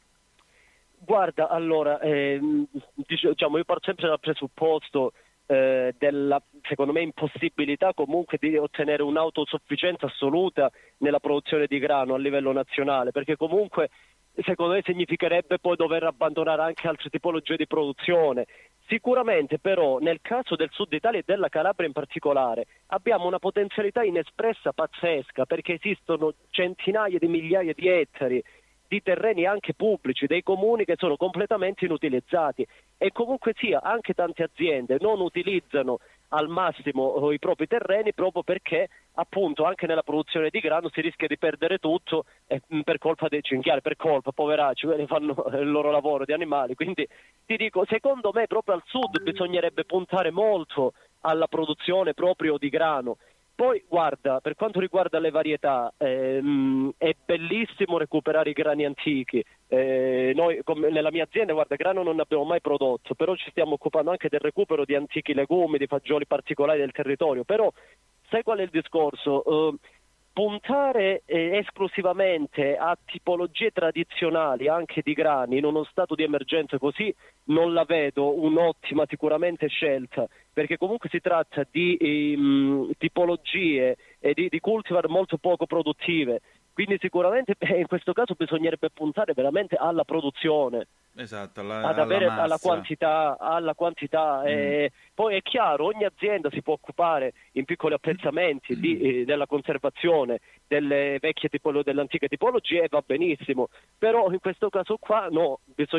Guarda, allora, diciamo, io parto sempre dal presupposto della, secondo me, impossibilità comunque di ottenere un'autosufficienza assoluta nella produzione di grano a livello nazionale, perché comunque, secondo me, significherebbe poi dover abbandonare anche altre tipologie di produzione. Sicuramente però nel caso del Sud Italia e della Calabria in particolare abbiamo una potenzialità inespressa pazzesca, perché esistono centinaia di migliaia di ettari di terreni anche pubblici, dei comuni che sono completamente inutilizzati e comunque sia anche tante aziende non utilizzano al massimo i propri terreni proprio perché appunto anche nella produzione di grano si rischia di perdere tutto per colpa dei cinghiali, per colpa, poveracci, quelli fanno il loro lavoro di animali, quindi ti dico, secondo me proprio al sud bisognerebbe puntare molto alla produzione proprio di grano. Poi guarda, per quanto riguarda le varietà, è bellissimo recuperare i grani antichi. Noi nella mia azienda, guarda, grano non ne abbiamo mai prodotto, però ci stiamo occupando anche del recupero di antichi legumi, di fagioli particolari del territorio. Però sai qual è il discorso? Puntare esclusivamente a tipologie tradizionali anche di grani in uno stato di emergenza così non la vedo un'ottima sicuramente scelta, perché comunque si tratta di tipologie e di cultivar molto poco produttive, quindi sicuramente in questo caso bisognerebbe puntare veramente alla produzione. Esatto, alla quantità. Poi è chiaro, ogni azienda si può occupare in piccoli appezzamenti della conservazione delle delle antiche tipologie e va benissimo, però in questo caso qua no,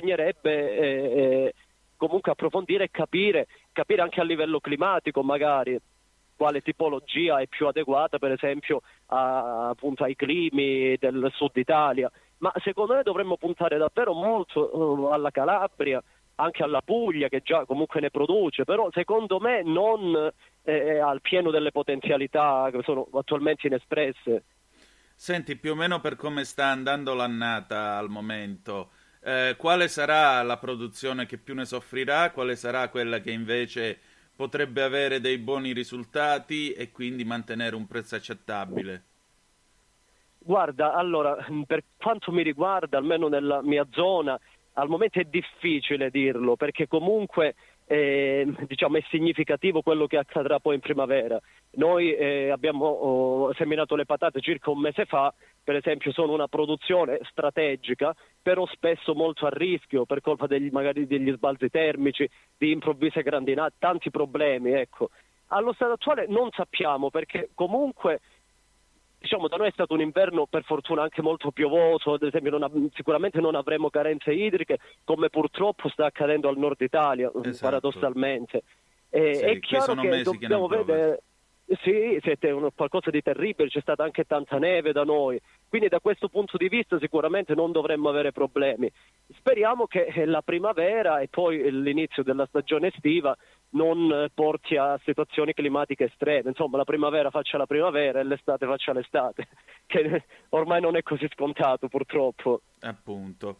bisognerebbe comunque approfondire e capire anche a livello climatico magari quale tipologia è più adeguata per esempio appunto ai climi del sud Italia. Ma secondo me dovremmo puntare davvero molto alla Calabria, anche alla Puglia che già comunque ne produce, però secondo me non al pieno delle potenzialità che sono attualmente inespresse. Senti, più o meno per come sta andando l'annata al momento, quale sarà la produzione che più ne soffrirà, quale sarà quella che invece potrebbe avere dei buoni risultati e quindi mantenere un prezzo accettabile? Guarda, allora, per quanto mi riguarda, almeno nella mia zona, al momento è difficile dirlo, perché comunque diciamo è significativo quello che accadrà poi in primavera. Noi abbiamo seminato le patate circa un mese fa, per esempio sono una produzione strategica, però spesso molto a rischio per colpa magari degli sbalzi termici, di improvvise grandinate, tanti problemi, ecco. Allo stato attuale non sappiamo, perché comunque diciamo da noi è stato un inverno per fortuna anche molto piovoso, ad esempio sicuramente non avremo carenze idriche come purtroppo sta accadendo al nord Italia, esatto. Paradossalmente. Sì, è chiaro che dobbiamo vedere. Sì, siete qualcosa di terribile, c'è stata anche tanta neve da noi, quindi da questo punto di vista sicuramente non dovremmo avere problemi. Speriamo che la primavera e poi l'inizio della stagione estiva non porti a situazioni climatiche estreme, insomma la primavera faccia la primavera e l'estate faccia l'estate, che ormai non è così scontato purtroppo. Appunto.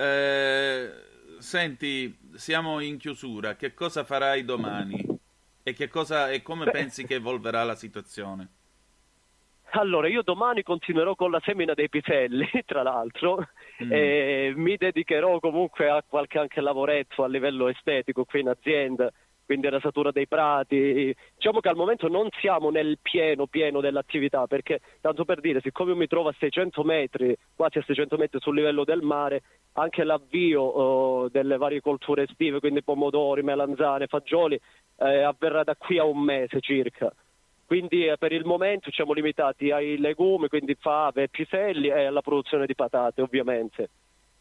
Senti, siamo in chiusura, che cosa farai domani? E come pensi che evolverà la situazione? Allora, io domani continuerò con la semina dei piselli, tra l'altro, mi dedicherò comunque a qualche anche lavoretto a livello estetico qui in azienda, quindi rasatura dei prati. Diciamo che al momento non siamo nel pieno dell'attività, perché tanto per dire, siccome io mi trovo a 600 metri, quasi a 600 metri sul livello del mare, anche l'avvio delle varie colture estive, quindi pomodori, melanzane, fagioli, avverrà da qui a un mese circa. Quindi per il momento siamo limitati ai legumi, quindi fave, piselli e alla produzione di patate ovviamente.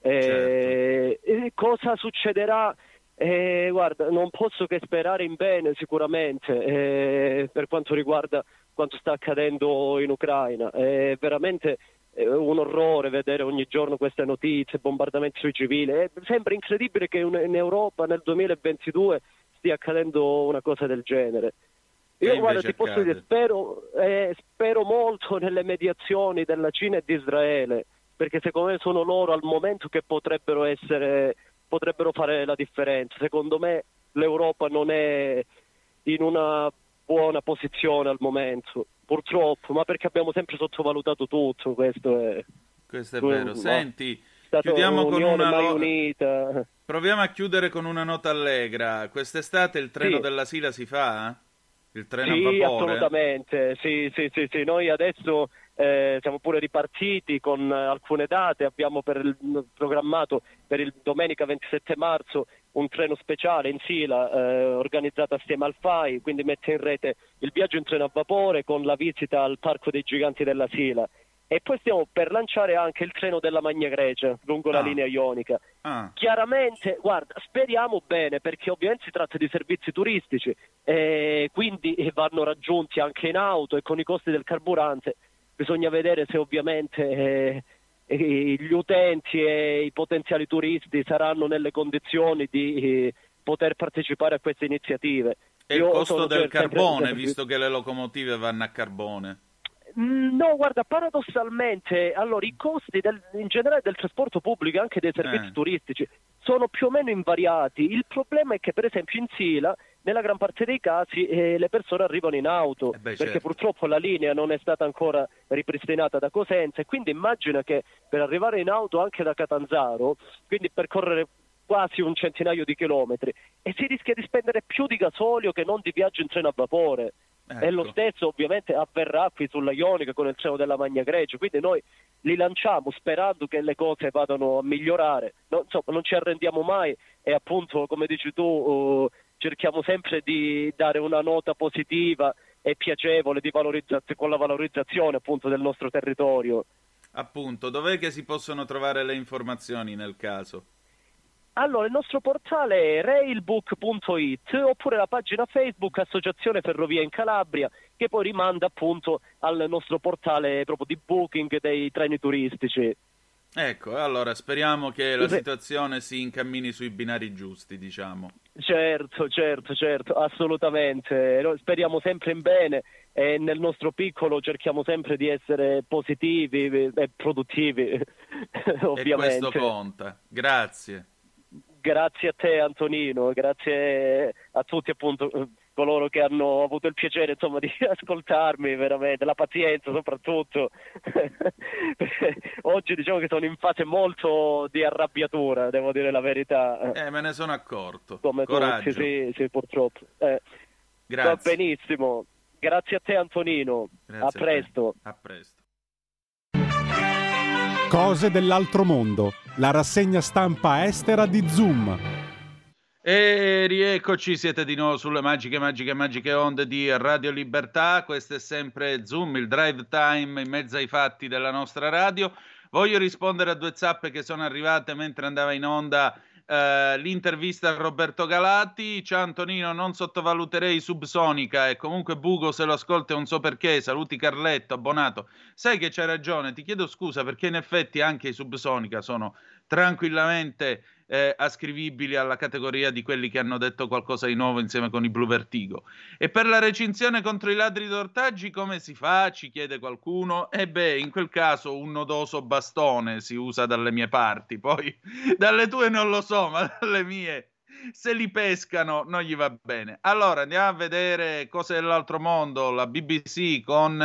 Cosa succederà? Guarda, non posso che sperare in bene sicuramente per quanto riguarda quanto sta accadendo in Ucraina. È veramente un orrore vedere ogni giorno queste notizie, bombardamenti sui civili. Sembra incredibile che in Europa nel 2022 stia accadendo una cosa del genere. Io guarda, ti posso dire, spero molto nelle mediazioni della Cina e di Israele, perché secondo me sono loro al momento che potrebbero fare la differenza. Secondo me l'Europa non è in una buona posizione al momento, purtroppo, ma perché abbiamo sempre sottovalutato tutto, questo è vero. Senti, chiudiamo con una unita. Proviamo a chiudere con una nota allegra. Quest'estate il treno della Sila si fa? Il treno a vapore? Assolutamente, sì. Noi adesso siamo pure ripartiti con alcune date, abbiamo programmato per il domenica 27 marzo un treno speciale in Sila organizzato assieme al FAI, quindi mette in rete il viaggio in treno a vapore con la visita al Parco dei Giganti della Sila. E poi stiamo per lanciare anche il treno della Magna Grecia lungo la linea ionica. Chiaramente, guarda, speriamo bene, perché ovviamente si tratta di servizi turistici, quindi vanno raggiunti anche in auto e con i costi del carburante. Bisogna vedere se ovviamente gli utenti e i potenziali turisti saranno nelle condizioni di poter partecipare a queste iniziative. E il costo del carbone, visto che le locomotive vanno a carbone? No, guarda, paradossalmente, allora i costi in generale del trasporto pubblico e anche dei servizi turistici sono più o meno invariati. Il problema è che per esempio in Sila, nella gran parte dei casi, le persone arrivano in auto, perché purtroppo la linea non è stata ancora ripristinata da Cosenza, e quindi immagina che per arrivare in auto anche da Catanzaro, quindi percorrere quasi un centinaio di chilometri, e si rischia di spendere più di gasolio che non di viaggio in treno a vapore. Ecco. E lo stesso ovviamente avverrà qui sulla Ionica con il treno della Magna Grecia, quindi noi li lanciamo sperando che le cose vadano a migliorare. Insomma, non ci arrendiamo mai, e appunto, come dici tu, cerchiamo sempre di dare una nota positiva e piacevole di con la valorizzazione appunto del nostro territorio. Appunto, dov'è che si possono trovare le informazioni nel caso? Allora, il nostro portale è railbook.it, oppure la pagina Facebook Associazione Ferrovia in Calabria, che poi rimanda appunto al nostro portale proprio di booking dei treni turistici. Ecco, allora speriamo che la situazione si incammini sui binari giusti, diciamo. Certo, assolutamente. Noi speriamo sempre in bene e nel nostro piccolo cerchiamo sempre di essere positivi e produttivi. ovviamente. E questo conta. Grazie. Grazie a te Antonino, grazie a tutti appunto coloro che hanno avuto il piacere insomma di ascoltarmi, veramente, la pazienza soprattutto. Oggi diciamo che sono in fase molto di arrabbiatura, devo dire la verità. Me ne sono accorto. Come Coraggio. tutti, sì, purtroppo. Grazie. Va benissimo. Grazie a te Antonino. Grazie a presto. A presto. Cose dell'altro mondo, la rassegna stampa estera di Zoom. E rieccoci, siete di nuovo sulle magiche onde di Radio Libertà. Questo è sempre Zoom, il drive time in mezzo ai fatti della nostra radio. Voglio rispondere a due zappe che sono arrivate mentre andava in onda l'intervista a Roberto Galati. Ciao Antonino, non sottovaluterei Subsonica, e comunque Bugo se lo ascolta non so perché. Saluti Carletto, abbonato. Sai che c'hai ragione, ti chiedo scusa perché in effetti anche i Subsonica sono tranquillamente ascrivibili alla categoria di quelli che hanno detto qualcosa di nuovo insieme con i Blue Vertigo. E per la recinzione contro i ladri d'ortaggi come si fa? Ci chiede qualcuno. E beh, in quel caso un nodoso bastone si usa dalle mie parti, poi dalle tue non lo so, ma dalle mie, se li pescano non gli va bene. Allora andiamo a vedere Cose dell'altro mondo, la BBC con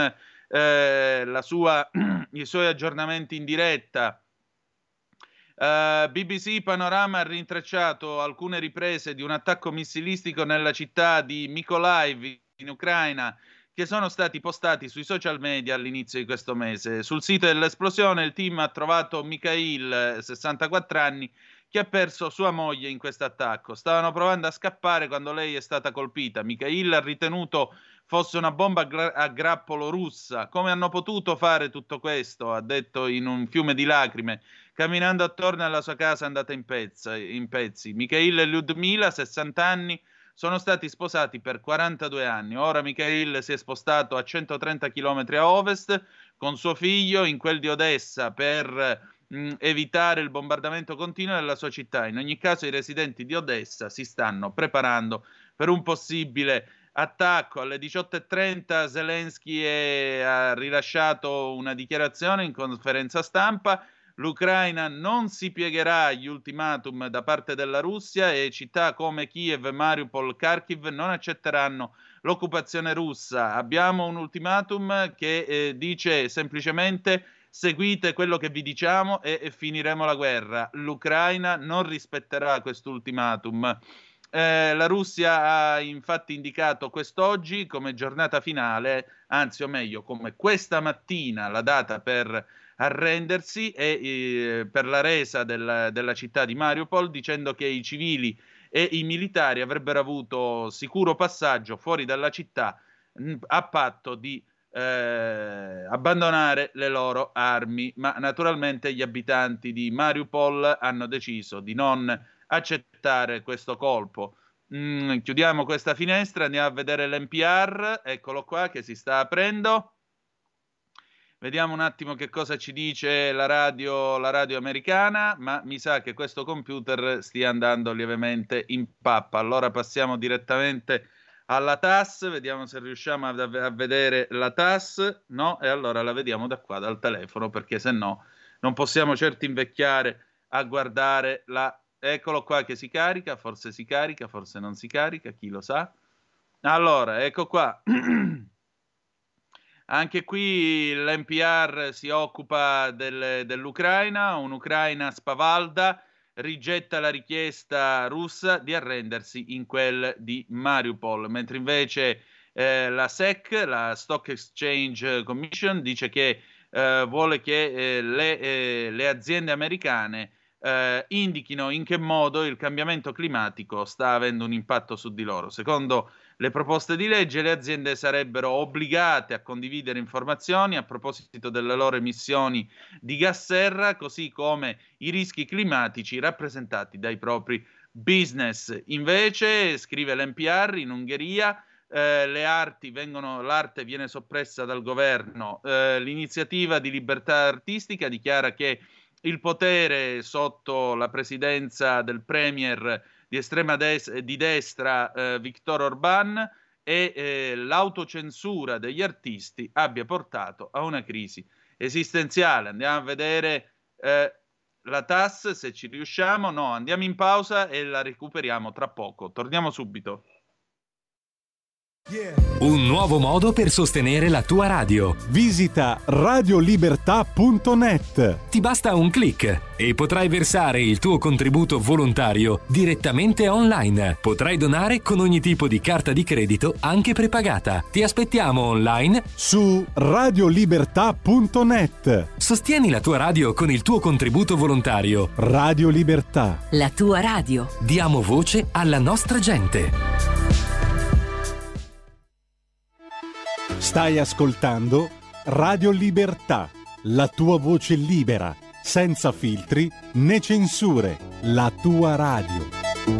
i suoi aggiornamenti in diretta. BBC Panorama ha rintracciato alcune riprese di un attacco missilistico nella città di Mykolaiv in Ucraina, che sono stati postati sui social media all'inizio di questo mese. Sul sito dell'esplosione il team ha trovato Mikhail, 64 anni, che ha perso sua moglie in questo attacco. Stavano provando a scappare quando lei è stata colpita. Mikhail ha ritenuto fosse una bomba a grappolo russa. Come hanno potuto fare tutto questo? Ha detto in un fiume di lacrime, camminando attorno alla sua casa andata in pezzi. Mikhail e Lyudmila, 60 anni, sono stati sposati per 42 anni. Ora Mikhail si è spostato a 130 km a ovest con suo figlio in quel di Odessa per evitare il bombardamento continuo della sua città. In ogni caso i residenti di Odessa si stanno preparando per un possibile attacco. Alle 18:30 Zelensky ha rilasciato una dichiarazione in conferenza stampa. L'Ucraina non si piegherà agli ultimatum da parte della Russia e città come Kiev, Mariupol, Kharkiv non accetteranno l'occupazione russa. Abbiamo un ultimatum che dice semplicemente seguite quello che vi diciamo e finiremo la guerra. L'Ucraina non rispetterà quest'ultimatum. La Russia ha infatti indicato quest'oggi come giornata finale, anzi o meglio come questa mattina la data per arrendersi e per la resa della città di Mariupol, dicendo che i civili e i militari avrebbero avuto sicuro passaggio fuori dalla città a patto di abbandonare le loro armi, ma naturalmente gli abitanti di Mariupol hanno deciso di non accettare questo colpo. Chiudiamo questa finestra, andiamo a vedere l'NPR, eccolo qua che si sta aprendo. Vediamo un attimo che cosa ci dice la radio americana, ma mi sa che questo computer stia andando lievemente in pappa. Allora passiamo direttamente alla TAS, vediamo se riusciamo a vedere la TAS. No, e allora la vediamo da qua, dal telefono, perché se no non possiamo certo invecchiare a guardare la... Eccolo qua che si carica, forse non si carica, chi lo sa. Allora, ecco qua. Anche qui l'NPR si occupa dell'Ucraina, un'Ucraina spavalda, rigetta la richiesta russa di arrendersi in quel di Mariupol, mentre invece la SEC, la Stock Exchange Commission, dice che vuole che le aziende americane indichino in che modo il cambiamento climatico sta avendo un impatto su di loro. Secondo le proposte di legge, le aziende sarebbero obbligate a condividere informazioni a proposito delle loro emissioni di gas serra, così come i rischi climatici rappresentati dai propri business. Invece, scrive l'NPR, in Ungheria l'arte viene soppressa dal governo. L'iniziativa di libertà artistica dichiara che il potere sotto la presidenza del premier di estrema di destra Viktor Orbán e l'autocensura degli artisti abbia portato a una crisi esistenziale. Andiamo a vedere La TAS, se ci riusciamo, no, andiamo in pausa e la recuperiamo tra poco. Torniamo subito. Un nuovo modo per sostenere la tua radio. Visita radiolibertà.net. Ti basta un click e potrai versare il tuo contributo volontario direttamente online. Potrai donare con ogni tipo di carta di credito, anche prepagata. Ti aspettiamo online su radiolibertà.net. Sostieni la tua radio con il tuo contributo volontario. Radio Libertà. La tua radio. Diamo voce alla nostra gente. Stai ascoltando Radio Libertà, la tua voce libera, senza filtri né censure, la tua radio.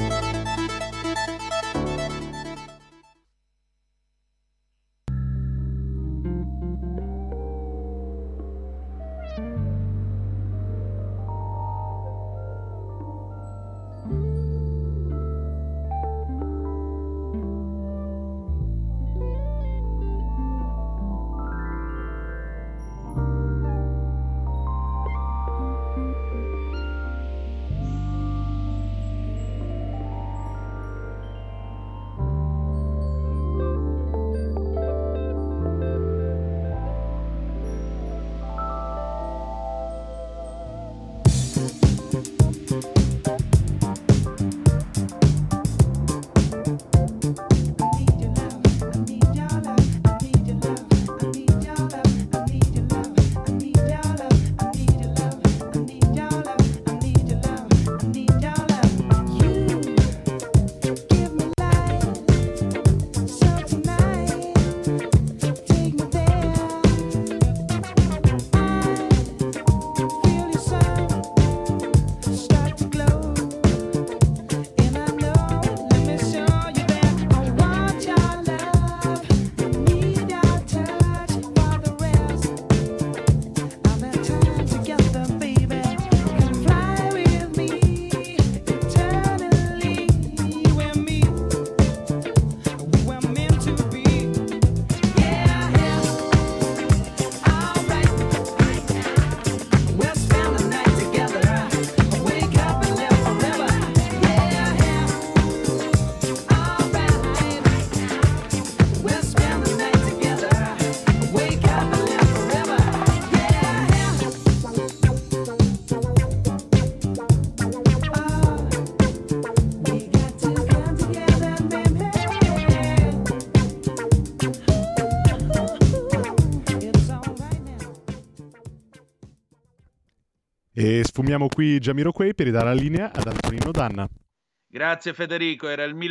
E sfumiamo qui Jamiroquai per ridare la linea ad Antonino Danna. Grazie Federico, era il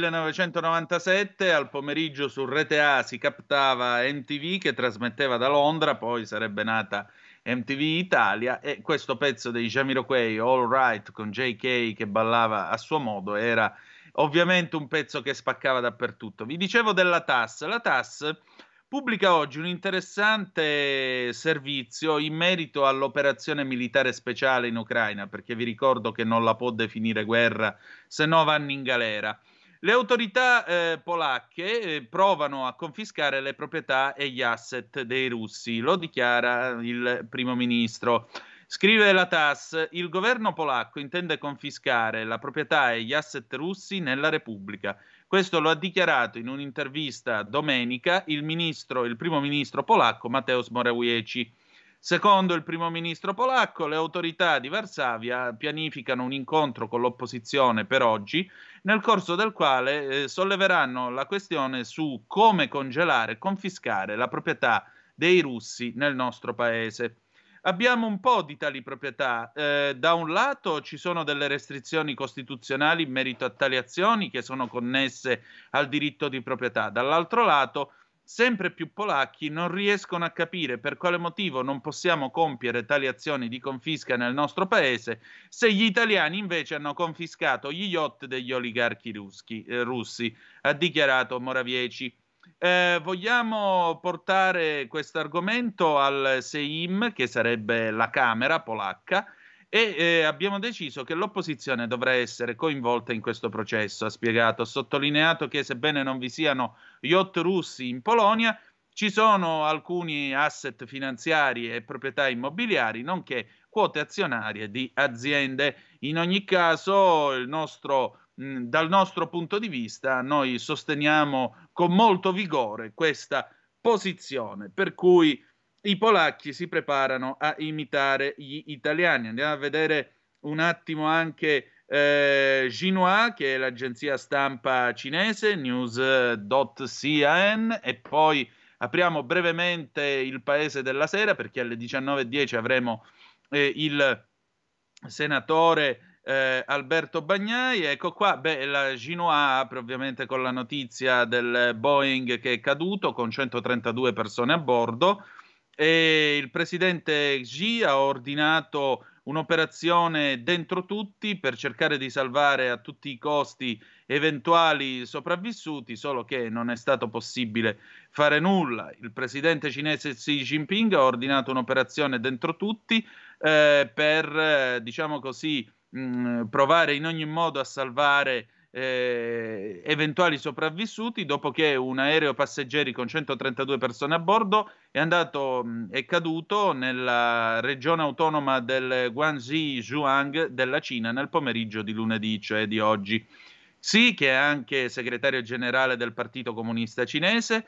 1997, al pomeriggio su Rete A si captava MTV che trasmetteva da Londra, poi sarebbe nata MTV Italia e questo pezzo dei Jamiroquai, All Right, con JK che ballava a suo modo, era ovviamente un pezzo che spaccava dappertutto. Vi dicevo della TAS, la TAS pubblica oggi un interessante servizio in merito all'operazione militare speciale in Ucraina, perché vi ricordo che non la può definire guerra, se no vanno in galera. Le autorità polacche provano a confiscare le proprietà e gli asset dei russi, lo dichiara il primo ministro. Scrive la TAS, il governo polacco intende confiscare la proprietà e gli asset russi nella Repubblica. Questo lo ha dichiarato in un'intervista domenica il primo ministro polacco Mateusz Morawiecki. Secondo il primo ministro polacco, le autorità di Varsavia pianificano un incontro con l'opposizione per oggi, nel corso del quale solleveranno la questione su come congelare e confiscare la proprietà dei russi nel nostro paese. Abbiamo un po' di tali proprietà. Da un lato ci sono delle restrizioni costituzionali in merito a tali azioni che sono connesse al diritto di proprietà. Dall'altro lato, sempre più polacchi non riescono a capire per quale motivo non possiamo compiere tali azioni di confisca nel nostro paese se gli italiani invece hanno confiscato gli yacht degli oligarchi russi, ha dichiarato Morawiecki. Vogliamo portare questo argomento al Sejm, che sarebbe la Camera polacca, e abbiamo deciso che l'opposizione dovrà essere coinvolta in questo processo, ha spiegato. Ha sottolineato che sebbene non vi siano yacht russi in Polonia, ci sono alcuni asset finanziari e proprietà immobiliari, nonché quote azionarie di aziende. In ogni caso, dal nostro punto di vista, noi sosteniamo con molto vigore questa posizione, per cui i polacchi si preparano a imitare gli italiani. Andiamo a vedere un attimo anche Xinhua, che è l'agenzia stampa cinese, news.cn, e poi apriamo brevemente il Paese della Sera, perché alle 19:10 avremo il senatore Alberto Bagnai. Ecco qua, la Xinhua apre ovviamente con la notizia del Boeing che è caduto con 132 persone a bordo, e il presidente Xi ha ordinato un'operazione dentro tutti per cercare di salvare a tutti i costi eventuali sopravvissuti, solo che non è stato possibile fare nulla. Il presidente cinese Xi Jinping ha ordinato un'operazione dentro tutti per, diciamo così, provare in ogni modo a salvare eventuali sopravvissuti, dopo che un aereo passeggeri con 132 persone a bordo è caduto nella regione autonoma del Guangxi Zhuang della Cina nel pomeriggio di lunedì, cioè di oggi. Sì, che è anche segretario generale del Partito Comunista Cinese,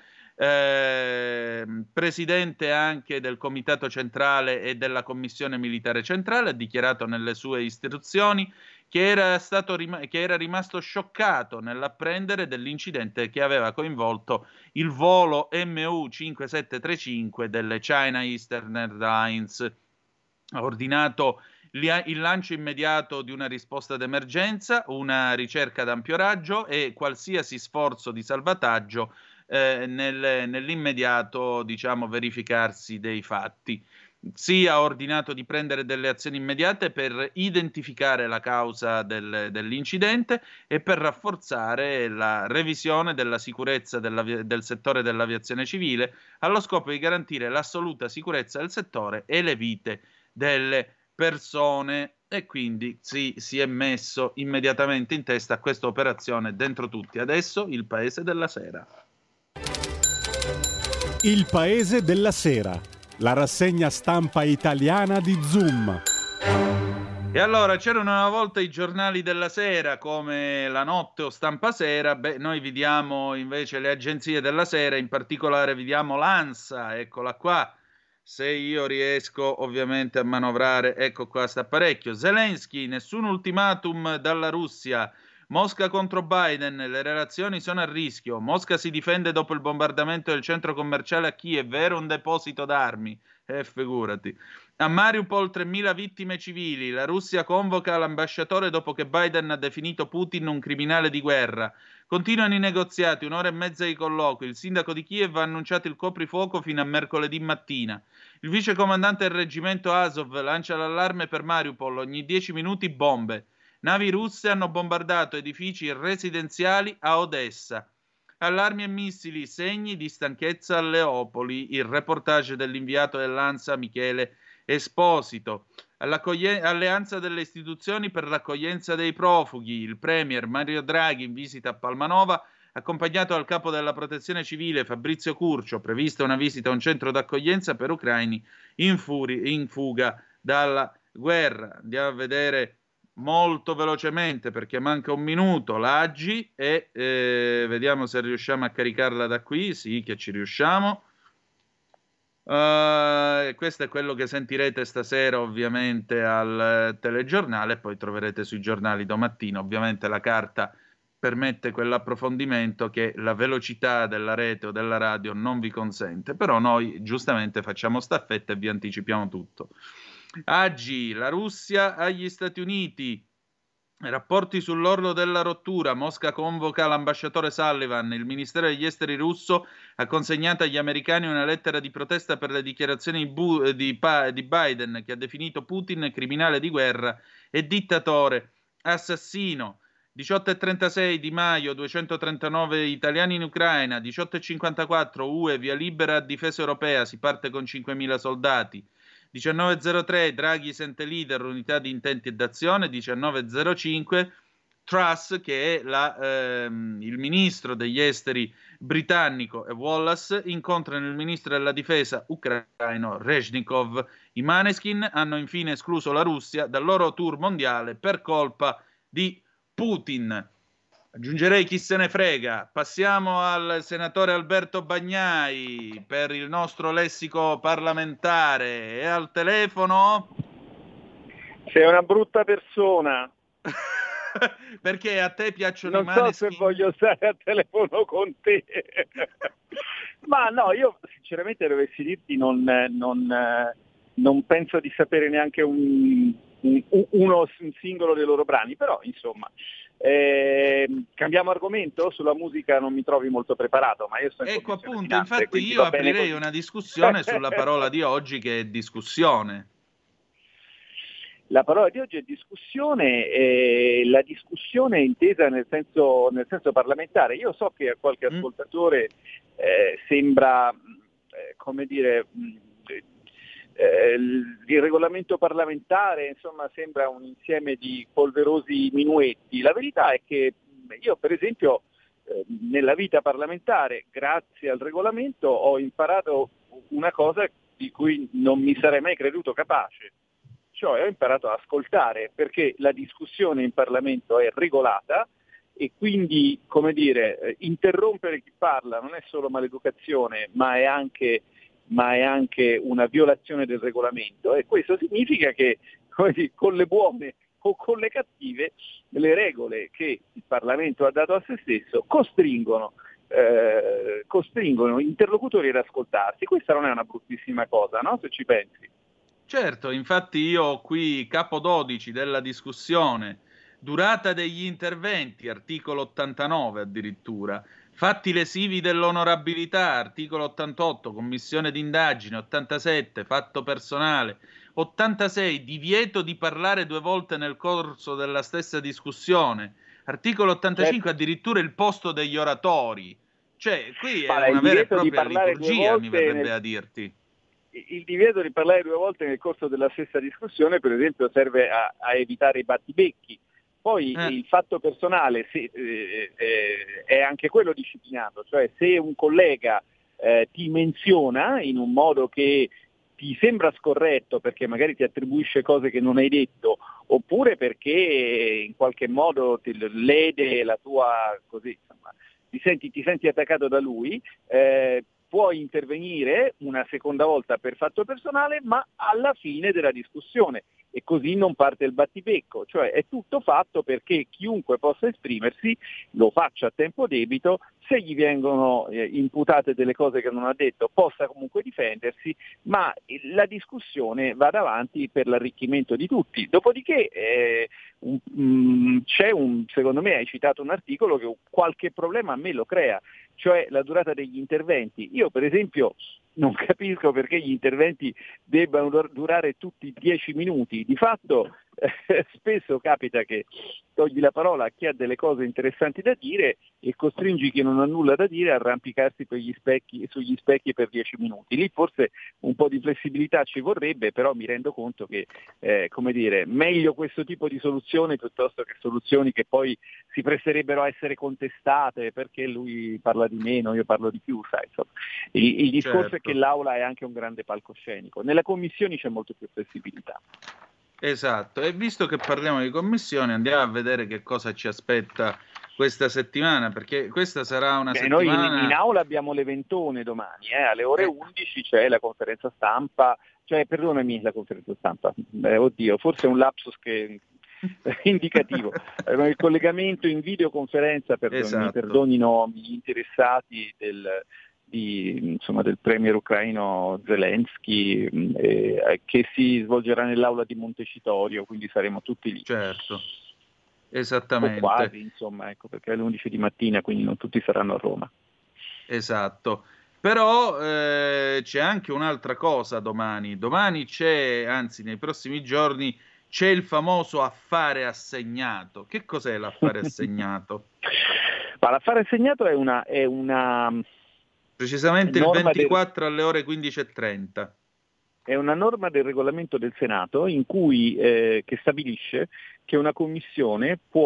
presidente anche del Comitato Centrale e della Commissione Militare Centrale, ha dichiarato nelle sue istruzioni che era rimasto scioccato nell'apprendere dell'incidente che aveva coinvolto il volo MU5735 delle China Eastern Airlines. Ha ordinato il lancio immediato di una risposta d'emergenza, una ricerca ad ampio raggio e qualsiasi sforzo di salvataggio nell'immediato, diciamo, verificarsi dei fatti. Si ha ordinato di prendere delle azioni immediate per identificare la causa dell'incidente e per rafforzare la revisione della sicurezza del settore dell'aviazione civile, allo scopo di garantire l'assoluta sicurezza del settore e le vite delle persone. E quindi si è messo immediatamente in testa a questa operazione dentro tutti. Adesso il Paese della Sera. Il Paese della Sera, la rassegna stampa italiana di Zoom. E allora, c'erano una volta i giornali della sera come La Notte o Stampa Sera, noi vi diamo invece le agenzie della sera, in particolare vi diamo l'ANSA, eccola qua, se io riesco ovviamente a manovrare, ecco qua, sta parecchio. Zelensky, nessun ultimatum dalla Russia. Mosca contro Biden, le relazioni sono a rischio. Mosca si difende dopo il bombardamento del centro commerciale a Kiev, era un deposito d'armi. Figurati. A Mariupol 3.000 vittime civili. La Russia convoca l'ambasciatore dopo che Biden ha definito Putin un criminale di guerra. Continuano i negoziati, 1 ora e mezza di colloqui. Il sindaco di Kiev ha annunciato il coprifuoco fino a mercoledì mattina. Il vicecomandante del reggimento Azov lancia l'allarme per Mariupol, ogni 10 minuti bombe. Navi russe hanno bombardato edifici residenziali a Odessa. Allarmi e missili, segni di stanchezza a Leopoli. Il reportage dell'inviato dell'ANSA Michele Esposito. Alleanza delle istituzioni per l'accoglienza dei profughi. Il premier Mario Draghi in visita a Palmanova, accompagnato dal capo della protezione civile Fabrizio Curcio. Prevista una visita a un centro d'accoglienza per ucraini in fuga dalla guerra. Andiamo a vedere molto velocemente, perché manca un minuto, l'Aggi, e vediamo se riusciamo a caricarla da qui. Sì, che ci riusciamo. Questo è quello che sentirete stasera ovviamente al telegiornale, poi troverete sui giornali domattina. Ovviamente la carta permette quell'approfondimento che la velocità della rete o della radio non vi consente, però noi giustamente facciamo staffetta e vi anticipiamo tutto. Aggi, la Russia agli Stati Uniti, rapporti sull'orlo della rottura. Mosca convoca l'ambasciatore Sullivan. Il Ministero degli Esteri russo ha consegnato agli americani una lettera di protesta per le dichiarazioni di Biden, che ha definito Putin criminale di guerra e dittatore assassino. 18:36 di maio, 239 italiani in Ucraina. 18:54 UE, via libera a difesa europea, si parte con 5.000 soldati. 19.03 Draghi sente leader, unità di intenti e d'azione. 19.05 Truss, che è il ministro degli esteri britannico, e Wallace incontrano il ministro della difesa ucraino Reznikov. I Maneskin hanno infine escluso la Russia dal loro tour mondiale per colpa di Putin. Aggiungerei chi se ne frega. Passiamo al senatore Alberto Bagnai per il nostro lessico parlamentare. È al telefono? Sei una brutta persona. Perché a te piacciono i Maneskin? Non so se voglio stare a telefono con te. Ma no, io sinceramente dovessi dirti non penso di sapere neanche un singolo dei loro brani, però insomma cambiamo argomento. Sulla musica non mi trovi molto preparato, ma io sono ecco appunto, infatti io aprirei una discussione sulla parola di oggi, che è discussione. La parola di oggi è discussione, la discussione è intesa nel senso parlamentare. Io so che a qualche ascoltatore sembra, come dire, il regolamento parlamentare, insomma, sembra un insieme di polverosi minuetti. La verità è che io, per esempio, nella vita parlamentare, grazie al regolamento, ho imparato una cosa di cui non mi sarei mai creduto capace. Cioè ho imparato ad ascoltare, perché la discussione in Parlamento è regolata e quindi, come dire, interrompere chi parla non è solo maleducazione, ma è anche una violazione del regolamento, e questo significa che, come dire, con le buone o con le cattive, le regole che il Parlamento ha dato a se stesso costringono interlocutori ad ascoltarsi. Questa non è una bruttissima cosa, no? Se ci pensi. Certo, infatti io ho qui capo 12 della discussione, durata degli interventi, articolo 89 addirittura, fatti lesivi dell'onorabilità, articolo 88, commissione d'indagine, 87, fatto personale, 86, divieto di parlare 2 volte nel corso della stessa discussione, articolo 85, addirittura il posto degli oratori. Cioè, qui è una vera e propria liturgia, mi verrebbe a dirti. Il divieto di parlare 2 volte nel corso della stessa discussione, per esempio, serve a evitare i battibecchi. Poi il fatto personale è anche quello disciplinato, cioè se un collega ti menziona in un modo che ti sembra scorretto, perché magari ti attribuisce cose che non hai detto, oppure perché in qualche modo ti lede la tua, così, insomma, ti senti attaccato da lui, puoi intervenire una seconda volta per fatto personale, ma alla fine della discussione, e così non parte il battibecco. Cioè è tutto fatto perché chiunque possa esprimersi lo faccia a tempo debito, se gli vengono imputate delle cose che non ha detto possa comunque difendersi, ma la discussione vada avanti per l'arricchimento di tutti. Dopodiché secondo me hai citato un articolo che qualche problema a me lo crea, cioè la durata degli interventi. Io per esempio non capisco perché gli interventi debbano durare tutti 10 minuti. Di fatto spesso capita che togli la parola a chi ha delle cose interessanti da dire e costringi chi non ha nulla da dire a arrampicarsi sugli specchi per 10 minuti. Lì forse un po' di flessibilità ci vorrebbe, però mi rendo conto che come dire, meglio questo tipo di soluzione piuttosto che soluzioni che poi si presterebbero a essere contestate perché lui parla di meno, io parlo di più, sai, insomma. Il discorso è che l'aula è anche un grande palcoscenico. Nelle commissioni c'è molto più flessibilità. Esatto, e visto che parliamo di commissioni, andiamo a vedere che cosa ci aspetta questa settimana, perché questa sarà una settimana... Noi in aula abbiamo l'eventone domani, alle ore 11 c'è la conferenza stampa, cioè perdonami, la conferenza stampa, oddio, forse è un lapsus che indicativo, il collegamento in videoconferenza, esatto. Mi perdonino gli interessati del premier ucraino Zelensky, che si svolgerà nell'aula di Montecitorio, quindi saremo tutti lì. Certo, esattamente. O quasi, insomma, ecco, perché è alle 11 di mattina, quindi non tutti saranno a Roma. Esatto. Però c'è anche un'altra cosa domani. Domani c'è, anzi nei prossimi giorni, c'è il famoso affare assegnato. Che cos'è l'affare assegnato? Ma l'affare assegnato è una precisamente il 24 alle ore 15:30. È una norma del regolamento del Senato in cui che stabilisce che una commissione può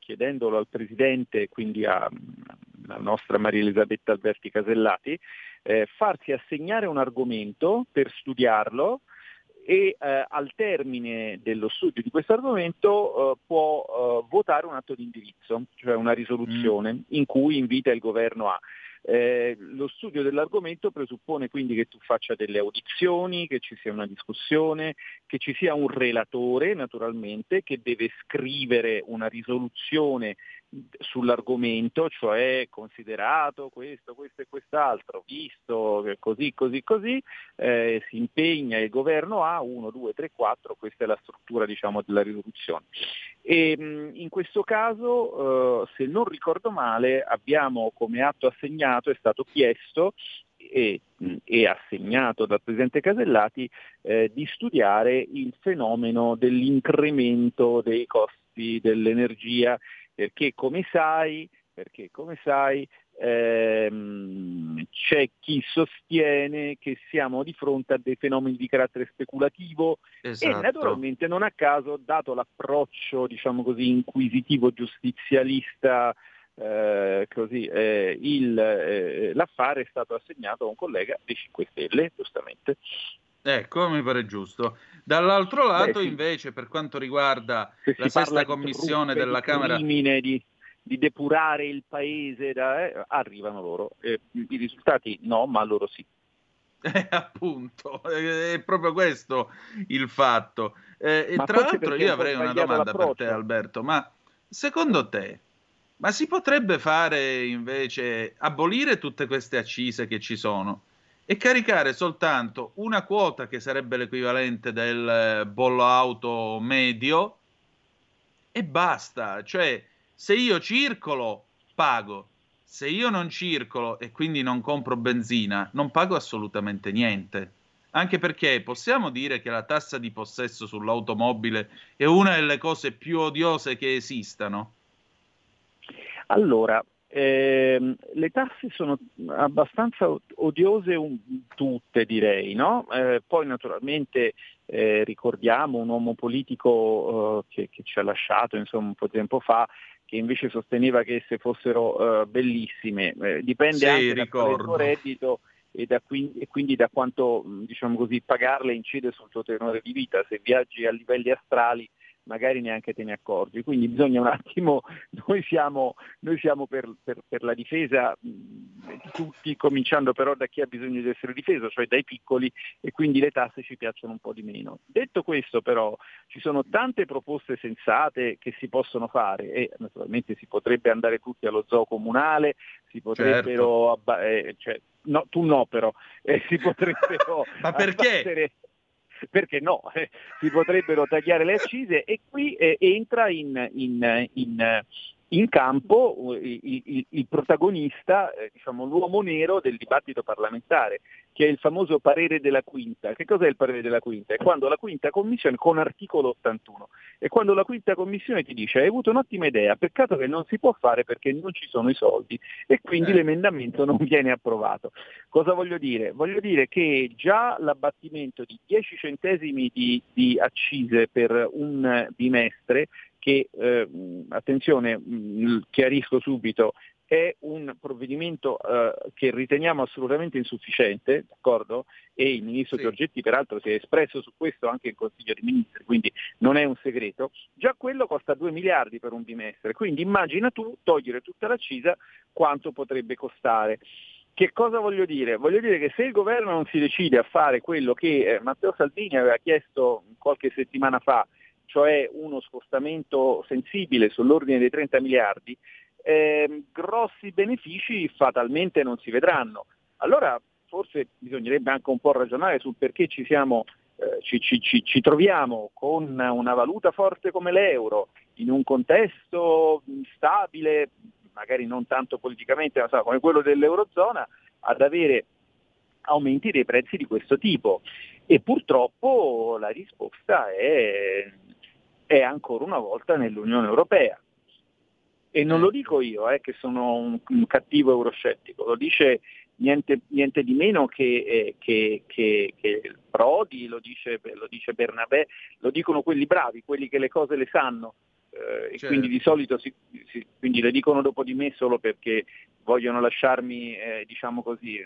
chiedendolo al Presidente, quindi alla nostra Maria Elisabetta Alberti Casellati, farsi assegnare un argomento per studiarlo e al termine dello studio di questo argomento può votare un atto di indirizzo, cioè una risoluzione in cui invita il governo a... lo studio dell'argomento presuppone quindi che tu faccia delle audizioni, che ci sia una discussione, che ci sia un relatore naturalmente che deve scrivere una risoluzione sull'argomento, cioè considerato questo e quest'altro, visto che così, si impegna il governo a 1, 2, 3, 4, questa è la struttura diciamo della risoluzione. E in questo caso, se non ricordo male, abbiamo come atto assegnato, è stato chiesto e assegnato dal Presidente Casellati di studiare il fenomeno dell'incremento dei costi dell'energia, perché come sai c'è chi sostiene che siamo di fronte a dei fenomeni di carattere speculativo. Esatto. E naturalmente non a caso, dato l'approccio diciamo così inquisitivo giustizialista, l'affare è stato assegnato a un collega dei 5 Stelle, giustamente. Ecco, mi pare giusto. Dall'altro lato, sì. invece, per quanto riguarda Se la si parla sesta commissione di della Camera... crimine, di depurare il paese, arrivano loro. I risultati no, ma loro sì. Appunto, è proprio questo il fatto. Tra l'altro io avrei una domanda per te, Alberto, ma secondo te, ma si potrebbe fare invece, abolire tutte queste accise che ci sono e caricare soltanto una quota che sarebbe l'equivalente del bollo auto medio e basta? Cioè, se io circolo, pago. Se io non circolo e quindi non compro benzina, non pago assolutamente niente. Anche perché possiamo dire che la tassa di possesso sull'automobile è una delle cose più odiose che esistano? Allora, le tasse sono abbastanza odiose tutte, direi, no? Poi naturalmente ricordiamo un uomo politico che ci ha lasciato insomma un po' di tempo fa, che invece sosteneva che esse fossero bellissime. Dipende anche da qual è il tuo reddito e quindi da quanto, diciamo così, pagarle incide sul tuo tenore di vita. Se viaggi a livelli astrali magari neanche te ne accorgi, quindi bisogna un attimo, noi siamo per la difesa di tutti, cominciando però da chi ha bisogno di essere difeso, cioè dai piccoli, e quindi le tasse ci piacciono un po' di meno. Detto questo però ci sono tante proposte sensate che si possono fare e naturalmente si potrebbe andare tutti allo zoo comunale, si potrebbero no, tu no però, si potrebbero ma perché? Perché no? Si potrebbero tagliare le accise e qui entra in campo il protagonista, diciamo l'uomo nero del dibattito parlamentare, che è il famoso parere della quinta. Che cos'è il parere della quinta? È quando la quinta commissione, con articolo 81, è quando la quinta commissione ti dice: hai avuto un'ottima idea, peccato che non si può fare perché non ci sono i soldi e quindi l'emendamento non viene approvato. Cosa voglio dire? Voglio dire che già l'abbattimento di 10 centesimi di accise per un bimestre, che attenzione, chiarisco subito, è un provvedimento che riteniamo assolutamente insufficiente, d'accordo? E il ministro Giorgetti peraltro si è espresso su questo anche in Consiglio dei Ministri, quindi non è un segreto. Già quello costa 2 miliardi per un bimestre, quindi immagina tu togliere tutta l'accisa quanto potrebbe costare. Che cosa voglio dire? Voglio dire che se il governo non si decide a fare quello che Matteo Salvini aveva chiesto qualche settimana fa, cioè uno scostamento sensibile sull'ordine dei 30 miliardi, grossi benefici fatalmente non si vedranno. Allora forse bisognerebbe anche un po' ragionare sul perché ci troviamo con una valuta forte come l'euro, in un contesto stabile, magari non tanto politicamente, ma come quello dell'Eurozona, ad avere aumenti dei prezzi di questo tipo. E purtroppo la risposta è ancora una volta nell'Unione Europea. E non lo dico io, che sono un cattivo euroscettico, lo dice niente di meno che Prodi, lo dice Bernabé, lo dicono quelli bravi, quelli che le cose le sanno. e quindi di solito quindi le dicono dopo di me solo perché vogliono lasciarmi, diciamo così,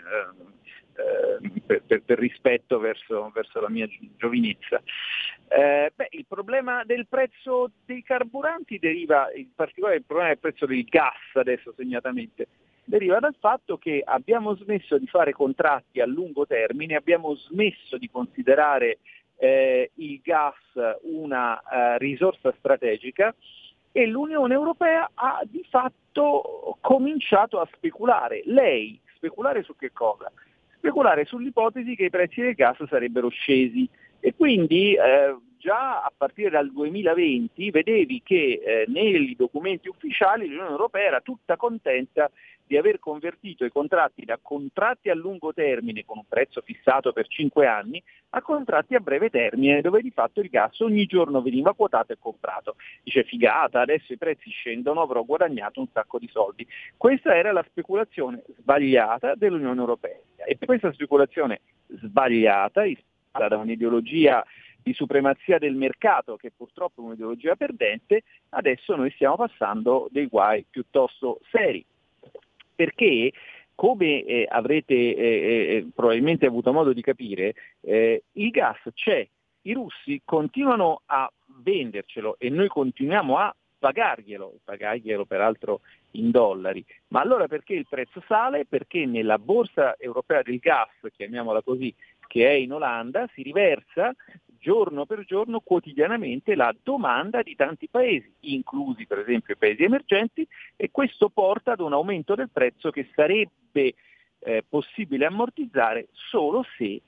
per rispetto verso la mia giovinezza. Il problema del prezzo dei carburanti deriva, in particolare il problema del prezzo del gas adesso segnatamente, deriva dal fatto che abbiamo smesso di fare contratti a lungo termine, abbiamo smesso di considerare il gas una risorsa strategica e l'Unione Europea ha di fatto cominciato a speculare. Lei, speculare su che cosa? Speculare sull'ipotesi che i prezzi del gas sarebbero scesi e quindi già a partire dal 2020 vedevi che nei documenti ufficiali l'Unione Europea era tutta contenta di aver convertito i contratti da contratti a lungo termine con un prezzo fissato per 5 anni a contratti a breve termine dove di fatto il gas ogni giorno veniva quotato e comprato. Dice figata, adesso i prezzi scendono, avrò guadagnato un sacco di soldi. Questa era la speculazione sbagliata dell'Unione Europea e questa speculazione sbagliata, ispirata da un'ideologia di supremazia del mercato che purtroppo è un'ideologia perdente, adesso noi stiamo passando dei guai piuttosto seri. Perché, come avrete probabilmente avuto modo di capire, il gas c'è, i russi continuano a vendercelo e noi continuiamo a pagarglielo peraltro in dollari. Ma allora perché il prezzo sale? Perché nella borsa europea del gas, chiamiamola così, che è in Olanda, si riversa giorno per giorno, quotidianamente, la domanda di tanti paesi, inclusi per esempio i paesi emergenti, e questo porta ad un aumento del prezzo che sarebbe possibile ammortizzare solo se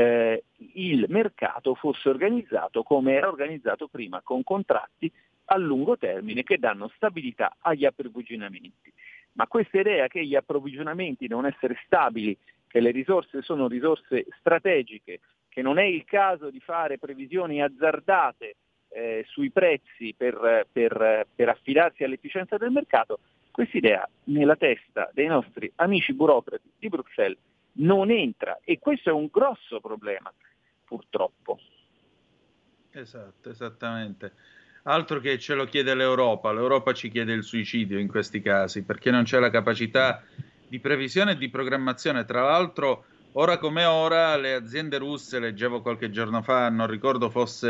il mercato fosse organizzato come era organizzato prima, con contratti a lungo termine che danno stabilità agli approvvigionamenti. Ma questa idea che gli approvvigionamenti devono essere stabili, che le risorse sono risorse strategiche, che non è il caso di fare previsioni azzardate sui prezzi per affidarsi all'efficienza del mercato, questa idea nella testa dei nostri amici burocrati di Bruxelles non entra e questo è un grosso problema, purtroppo. Esatto, esattamente. Altro che ce lo chiede l'Europa ci chiede il suicidio in questi casi, perché non c'è la capacità di previsione e di programmazione. Tra l'altro, ora come ora, le aziende russe, leggevo qualche giorno fa, non ricordo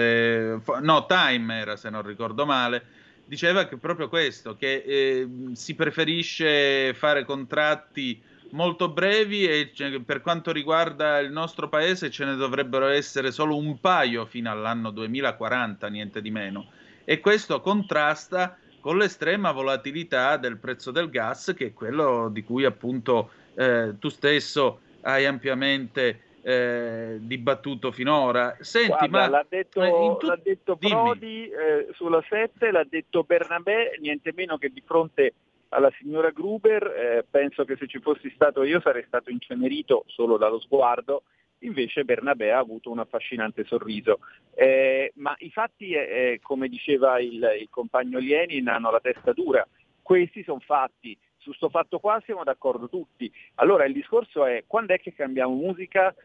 Time era, se non ricordo male, diceva che proprio questo, che si preferisce fare contratti molto brevi e per quanto riguarda il nostro paese ce ne dovrebbero essere solo un paio fino all'anno 2040, niente di meno. E questo contrasta con l'estrema volatilità del prezzo del gas, che è quello di cui appunto tu stesso hai ampiamente dibattuto finora. Senti, guarda, ma l'ha detto Prodi sulla 7, l'ha detto Bernabé, niente meno che di fronte alla signora Gruber. Penso che se ci fossi stato io sarei stato incenerito solo dallo sguardo. Invece Bernabé ha avuto un affascinante sorriso. Ma i fatti, come diceva il compagno Lenin, hanno la testa dura. Questi sono fatti. Su sto fatto qua siamo d'accordo tutti. Allora il discorso è: quando è che cambiamo musica?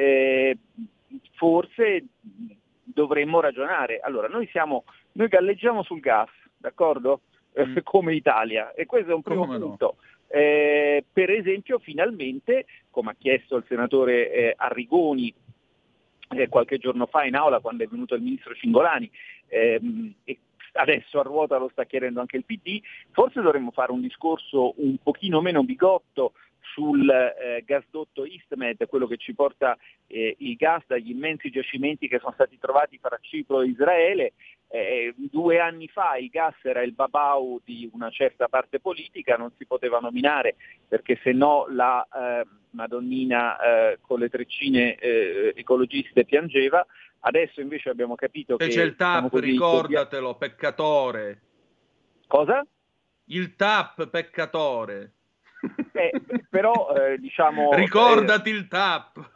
Forse dovremmo ragionare. Allora, noi galleggiamo sul gas, d'accordo? Come Italia, e questo è un primo punto. Per esempio, finalmente, come ha chiesto il senatore Arrigoni qualche giorno fa in aula quando è venuto il ministro Cingolani, e adesso a ruota lo sta chiedendo anche il PD, forse dovremmo fare un discorso un pochino meno bigotto sul gasdotto EastMed, quello che ci porta il gas dagli immensi giacimenti che sono stati trovati fra Cipro e Israele. 2 anni fa il gas era il babau di una certa parte politica, non si poteva nominare perché se no la Madonnina con le treccine ecologiste piangeva. Adesso invece abbiamo capito che c'è il TAP, ricordatelo, peccatore. Cosa? Il TAP, peccatore. Però diciamo ricordati il TAP.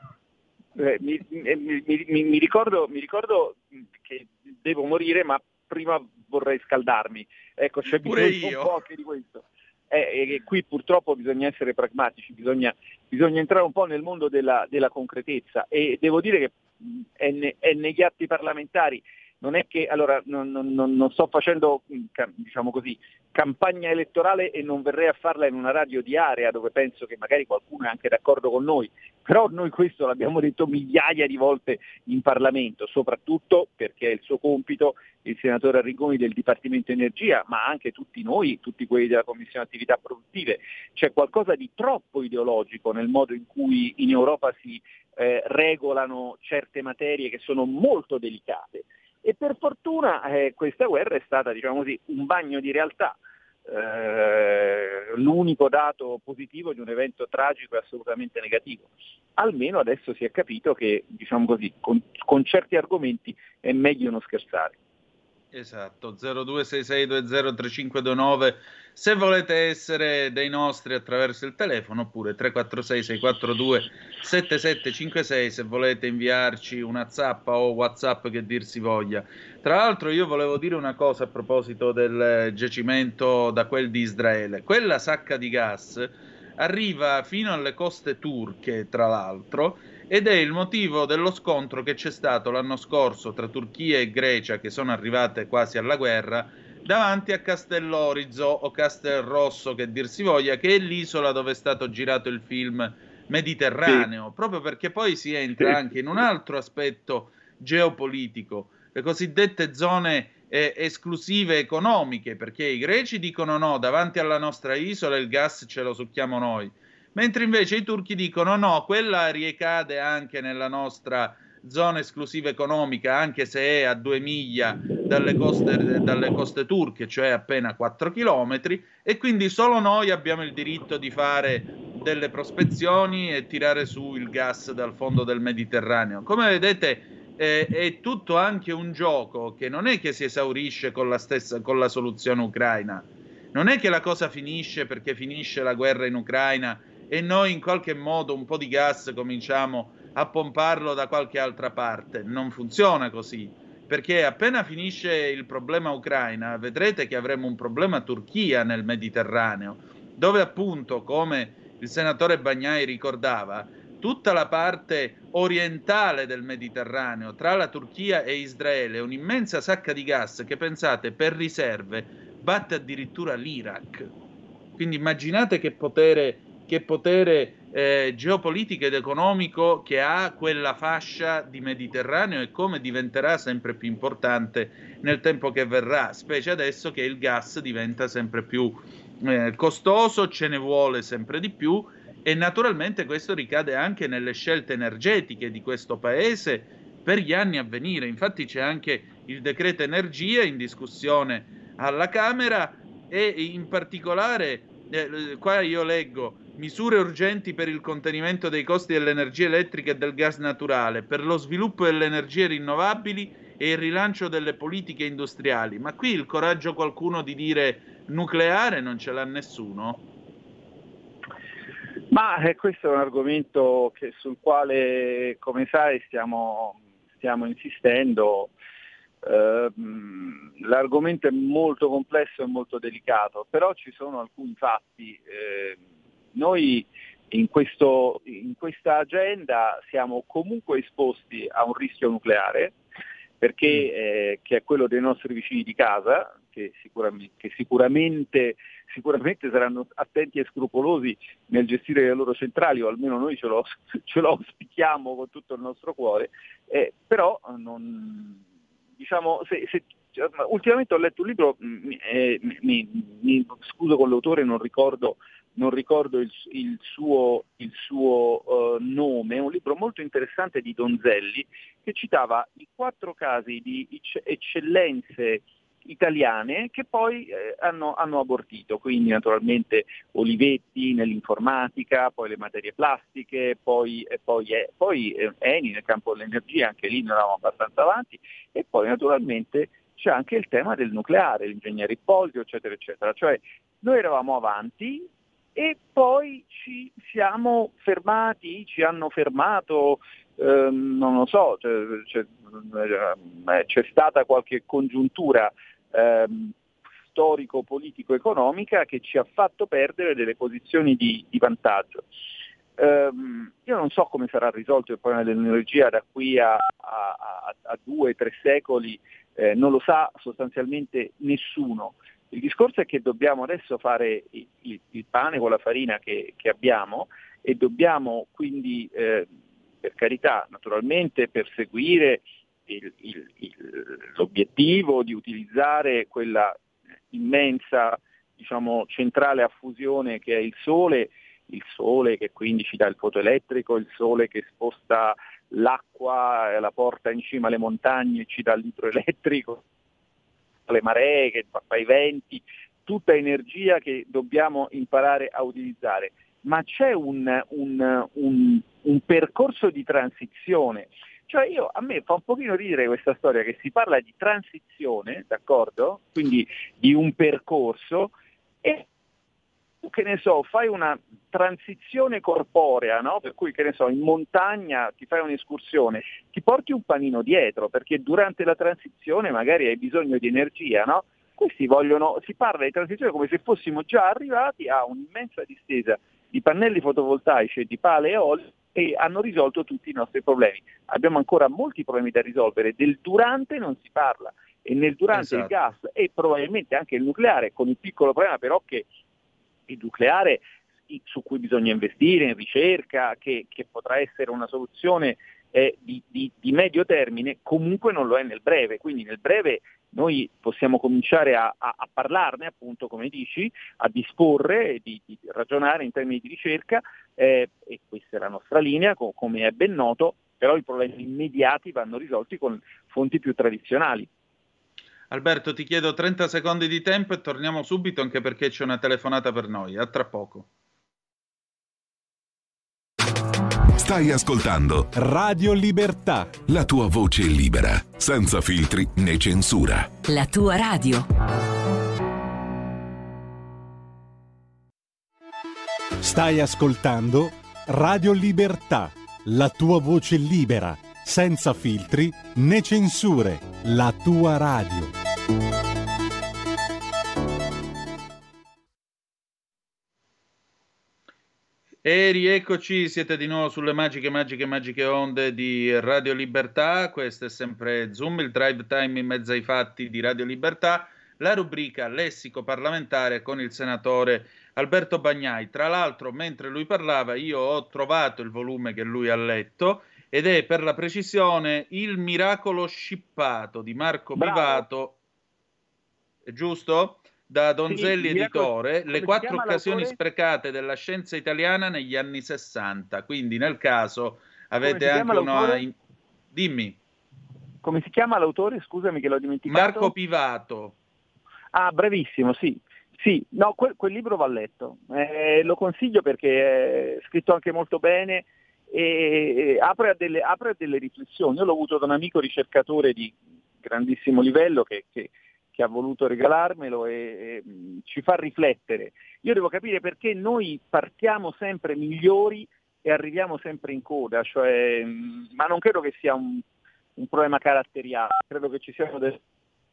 Mi ricordo che devo morire, ma prima vorrei scaldarmi. Ecco, c'è bisogno un po' anche di questo. E qui purtroppo bisogna essere pragmatici, bisogna entrare un po' nel mondo della concretezza, e devo dire che è negli atti parlamentari non è che allora non sto facendo, diciamo così, campagna elettorale e non verrei a farla in una radio di area dove penso che magari qualcuno è anche d'accordo con noi, però noi questo l'abbiamo detto migliaia di volte in Parlamento, soprattutto perché è il suo compito, il senatore Arrigoni del Dipartimento Energia, ma anche tutti noi, tutti quelli della Commissione Attività Produttive. C'è qualcosa di troppo ideologico nel modo in cui in Europa si regolano certe materie che sono molto delicate. E per fortuna questa guerra è stata, diciamo così, un bagno di realtà. L'unico dato positivo di un evento tragico e assolutamente negativo. Almeno adesso si è capito che, diciamo così, con certi argomenti è meglio non scherzare. Esatto, 0266203529 se volete essere dei nostri attraverso il telefono, oppure 346-642-7756 se volete inviarci una zappa o WhatsApp che dir si voglia. Tra l'altro io volevo dire una cosa a proposito del giacimento da quel di Israele. Quella sacca di gas arriva fino alle coste turche, tra l'altro, ed è il motivo dello scontro che c'è stato l'anno scorso tra Turchia e Grecia, che sono arrivate quasi alla guerra, davanti a Castellorizo o Castelrosso, che dir si voglia, che è l'isola dove è stato girato il film Mediterraneo, sì, proprio perché poi si entra anche in un altro aspetto geopolitico, le cosiddette zone esclusive economiche, perché i greci dicono no, davanti alla nostra isola il gas ce lo succhiamo noi, mentre invece i turchi dicono no, quella ricade anche nella nostra zona esclusiva economica, anche se è a 2 miglia dalle coste turche, cioè appena 4 chilometri, e quindi solo noi abbiamo il diritto di fare delle prospezioni e tirare su il gas dal fondo del Mediterraneo. Come vedete è tutto anche un gioco che non è che si esaurisce con la soluzione ucraina, non è che la cosa finisce perché finisce la guerra in Ucraina e noi in qualche modo un po' di gas cominciamo a pomparlo da qualche altra parte. Non funziona così, perché appena finisce il problema Ucraina vedrete che avremo un problema Turchia nel Mediterraneo, dove appunto, come il senatore Bagnai ricordava, tutta la parte orientale del Mediterraneo tra la Turchia e Israele è un'immensa sacca di gas che, pensate, per riserve batte addirittura l'Iraq. Quindi immaginate che potere geopolitico ed economico che ha quella fascia di Mediterraneo e come diventerà sempre più importante nel tempo che verrà, specie adesso che il gas diventa sempre più costoso, ce ne vuole sempre di più, e naturalmente questo ricade anche nelle scelte energetiche di questo paese per gli anni a venire. Infatti c'è anche il decreto energia in discussione alla Camera, e in particolare qua io leggo: misure urgenti per il contenimento dei costi dell'energia elettrica e del gas naturale, per lo sviluppo delle energie rinnovabili e il rilancio delle politiche industriali. Ma qui il coraggio qualcuno di dire nucleare non ce l'ha nessuno? Ma questo è un argomento sul quale, come sai, stiamo insistendo. L'argomento è molto complesso e molto delicato, però ci sono alcuni fatti. Noi in questa agenda siamo comunque esposti a un rischio nucleare, perché che è quello dei nostri vicini di casa, che sicuramente saranno attenti e scrupolosi nel gestire le loro centrali, o almeno noi ce lo auspichiamo con tutto il nostro cuore, però non, diciamo, ultimamente ho letto un libro, mi scuso con l'autore, non ricordo il suo nome, è un libro molto interessante di Donzelli che citava i 4 casi di eccellenze italiane che poi hanno abortito, quindi naturalmente Olivetti nell'informatica, poi le materie plastiche, poi Eni nel campo dell'energia, anche lì noi eravamo abbastanza avanti, e poi naturalmente c'è anche il tema del nucleare, l'ingegneria Ippolito, eccetera, eccetera. Cioè noi eravamo avanti e poi ci siamo fermati, ci hanno fermato, non lo so, c'è stata qualche congiuntura storico-politico-economica che ci ha fatto perdere delle posizioni di vantaggio. Io non so come sarà risolto il problema dell'energia da qui a 2 o 3 secoli, non lo sa sostanzialmente nessuno. Il discorso è che dobbiamo adesso fare il pane con la farina che abbiamo, e dobbiamo quindi, per carità, naturalmente perseguire l'obiettivo di utilizzare quella immensa, diciamo, centrale a fusione che è il Sole che quindi ci dà il fotoelettrico, il Sole che sposta l'acqua, la porta in cima alle montagne e ci dà l'idroelettrico, le maree che fa i venti, tutta energia che dobbiamo imparare a utilizzare. Ma c'è un percorso di transizione. Cioè a me fa un pochino ridere questa storia che si parla di transizione, d'accordo? Quindi di un percorso, e che ne so, fai una transizione corporea, no? Per cui, che ne so, in montagna ti fai un'escursione, ti porti un panino dietro, perché durante la transizione magari hai bisogno di energia, no? Questi si parla di transizione come se fossimo già arrivati a un'immensa distesa di pannelli fotovoltaici e di pale eoliche e hanno risolto tutti i nostri problemi. Abbiamo ancora molti problemi da risolvere, del durante non si parla, e nel durante il gas e probabilmente anche il nucleare, con il piccolo problema però che il nucleare, su cui bisogna investire in ricerca, che potrà essere una soluzione di medio termine, comunque non lo è nel breve. Quindi nel breve noi possiamo cominciare a parlarne, appunto, come dici, a disporre, di ragionare in termini di ricerca, e questa è la nostra linea, come è ben noto, però i problemi immediati vanno risolti con fonti più tradizionali. Alberto, ti chiedo 30 secondi di tempo e torniamo subito, anche perché c'è una telefonata per noi. A tra poco. Stai ascoltando Radio Libertà, la tua voce libera, senza filtri né censura. La tua radio. Stai ascoltando Radio Libertà, la tua voce libera, senza filtri né censure. La tua radio. E rieccoci, siete di nuovo sulle magiche onde di Radio Libertà. Questo è sempre Zoom, il drive time in mezzo ai fatti di Radio Libertà, la rubrica Lessico parlamentare con il senatore Alberto Bagnai. Tra l'altro, mentre lui parlava, io ho trovato il volume che lui ha letto, ed è, per la precisione, Il miracolo scippato di Marco Pivato, è giusto? Da Donzelli Editore, le 4 occasioni sprecate della scienza italiana negli anni 60. Quindi nel caso avete anche una... Dimmi. Come si chiama l'autore? Scusami che l'ho dimenticato. Marco Pivato. Ah, bravissimo, sì. Sì, no, quel libro va letto. Lo consiglio perché è scritto anche molto bene e apre a delle riflessioni. Io l'ho avuto da un amico ricercatore di grandissimo livello che ha voluto regalarmelo e ci fa riflettere. Io devo capire perché noi partiamo sempre migliori e arriviamo sempre in coda, cioè, ma non credo che sia un problema caratteriale, credo che ci siano delle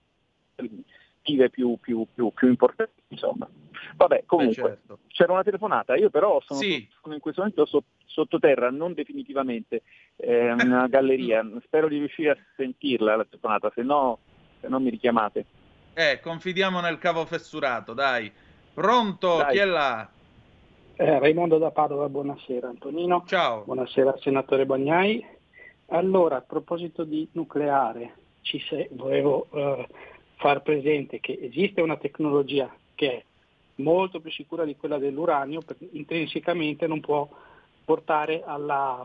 più importanti, insomma. Vabbè, comunque, certo. C'era una telefonata, io però sono in questo momento sottoterra, non definitivamente, una galleria, spero di riuscire a sentirla la telefonata, se no mi richiamate. Confidiamo nel cavo fessurato, dai. Pronto? Dai. Chi è là? Raimondo da Padova, buonasera Antonino. Ciao. Buonasera senatore Bagnai. Allora, a proposito di nucleare, volevo far presente che esiste una tecnologia che è molto più sicura di quella dell'uranio, perché intrinsecamente non può portare alla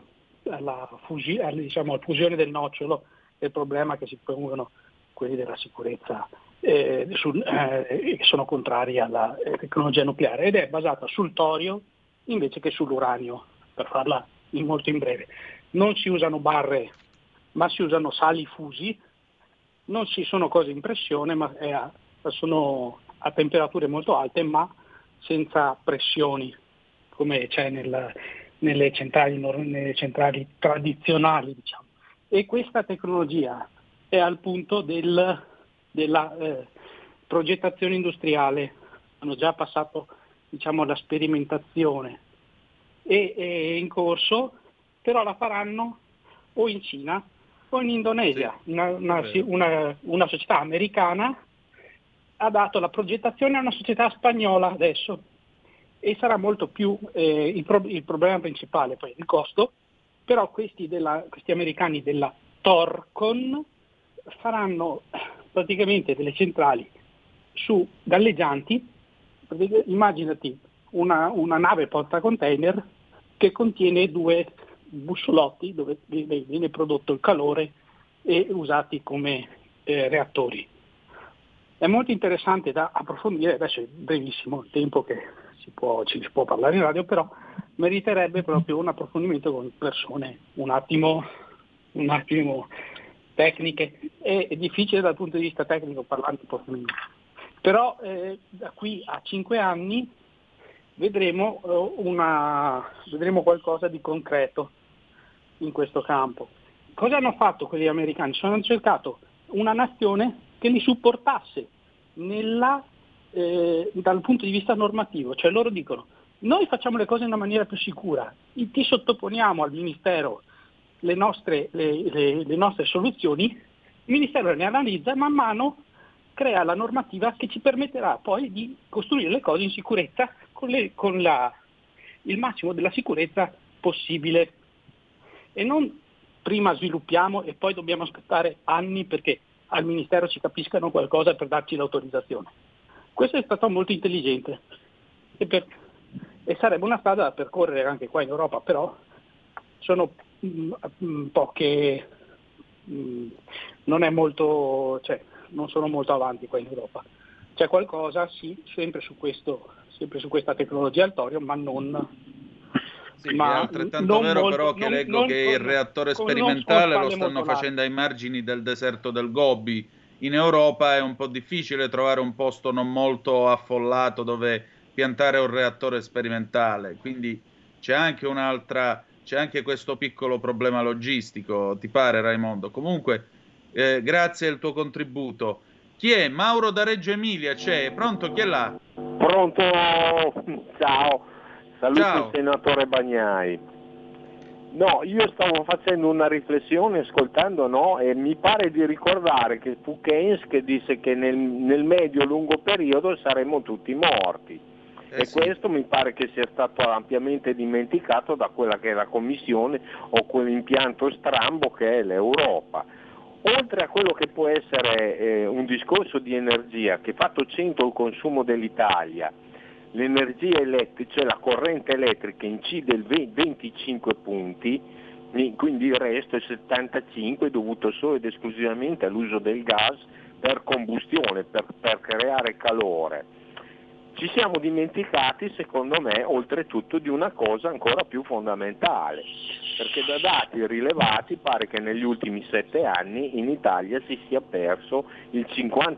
fusione del nocciolo, del problema che si pongono quelli della sicurezza che sono contrari alla tecnologia nucleare, ed è basata sul torio invece che sull'uranio, per farla molto in breve. Non si usano barre, ma si usano sali fusi, non ci sono cose in pressione, ma sono a temperature molto alte, ma senza pressioni, come c'è nelle centrali tradizionali, diciamo. E questa tecnologia è al punto della progettazione industriale, hanno già passato, diciamo, la sperimentazione e è in corso, però la faranno o in Cina o in Indonesia. Una società americana ha dato la progettazione a una società spagnola adesso, e sarà molto più il problema principale poi il costo, però questi americani della Torcon faranno praticamente delle centrali su galleggianti. Immaginati una nave portacontainer che contiene 2 bussolotti dove viene prodotto il calore e usati come reattori. È molto interessante da approfondire, adesso è brevissimo il tempo che ci si può parlare in radio, però meriterebbe proprio un approfondimento con persone un attimo tecniche. È difficile dal punto di vista tecnico parlare di approfondimento, però da qui a 5 anni vedremo qualcosa di concreto in questo campo. Cosa hanno fatto quelli americani? Hanno cercato una nazione che li supportasse dal punto di vista normativo, cioè loro dicono: noi facciamo le cose in una maniera più sicura, ti sottoponiamo al Ministero le nostre soluzioni, il Ministero le analizza e man mano crea la normativa che ci permetterà poi di costruire le cose in sicurezza con il massimo della sicurezza possibile, e non prima sviluppiamo e poi dobbiamo aspettare anni perché al Ministero ci capiscano qualcosa per darci l'autorizzazione. Questo è stato molto intelligente e sarebbe una strada da percorrere anche qua in Europa, però sono poche, non è molto, cioè non sono molto avanti qua in Europa. C'è qualcosa, sì, sempre su questa tecnologia al torio, ma non. Sì, è altrettanto vero molto, però che leggo che il reattore sperimentale lo stanno facendo ai margini del deserto del Gobi. In Europa è un po' difficile trovare un posto non molto affollato dove piantare un reattore sperimentale, quindi c'è anche questo piccolo problema logistico, ti pare, Raimondo? Comunque, grazie al tuo contributo. Chi è? Mauro da Reggio Emilia c'è? Pronto? Chi è là? Pronto? Ciao. Saluto Ciao. Il senatore Bagnai. No, io stavo facendo una riflessione ascoltando, no? E mi pare di ricordare che fu Keynes che disse che nel medio-lungo periodo saremmo tutti morti. E sì. Questo mi pare che sia stato ampiamente dimenticato da quella che è la Commissione o quell'impianto strambo che è l'Europa. Oltre a quello che può essere un discorso di energia, che fatto 100 il consumo dell'Italia, l'energia elettrica, cioè la corrente elettrica incide il 25 punti, quindi il resto è 75 dovuto solo ed esclusivamente all'uso del gas per combustione, per creare calore. Ci siamo dimenticati, secondo me, oltretutto di una cosa ancora più fondamentale, perché da dati rilevati pare che negli ultimi 7 anni in Italia si sia perso il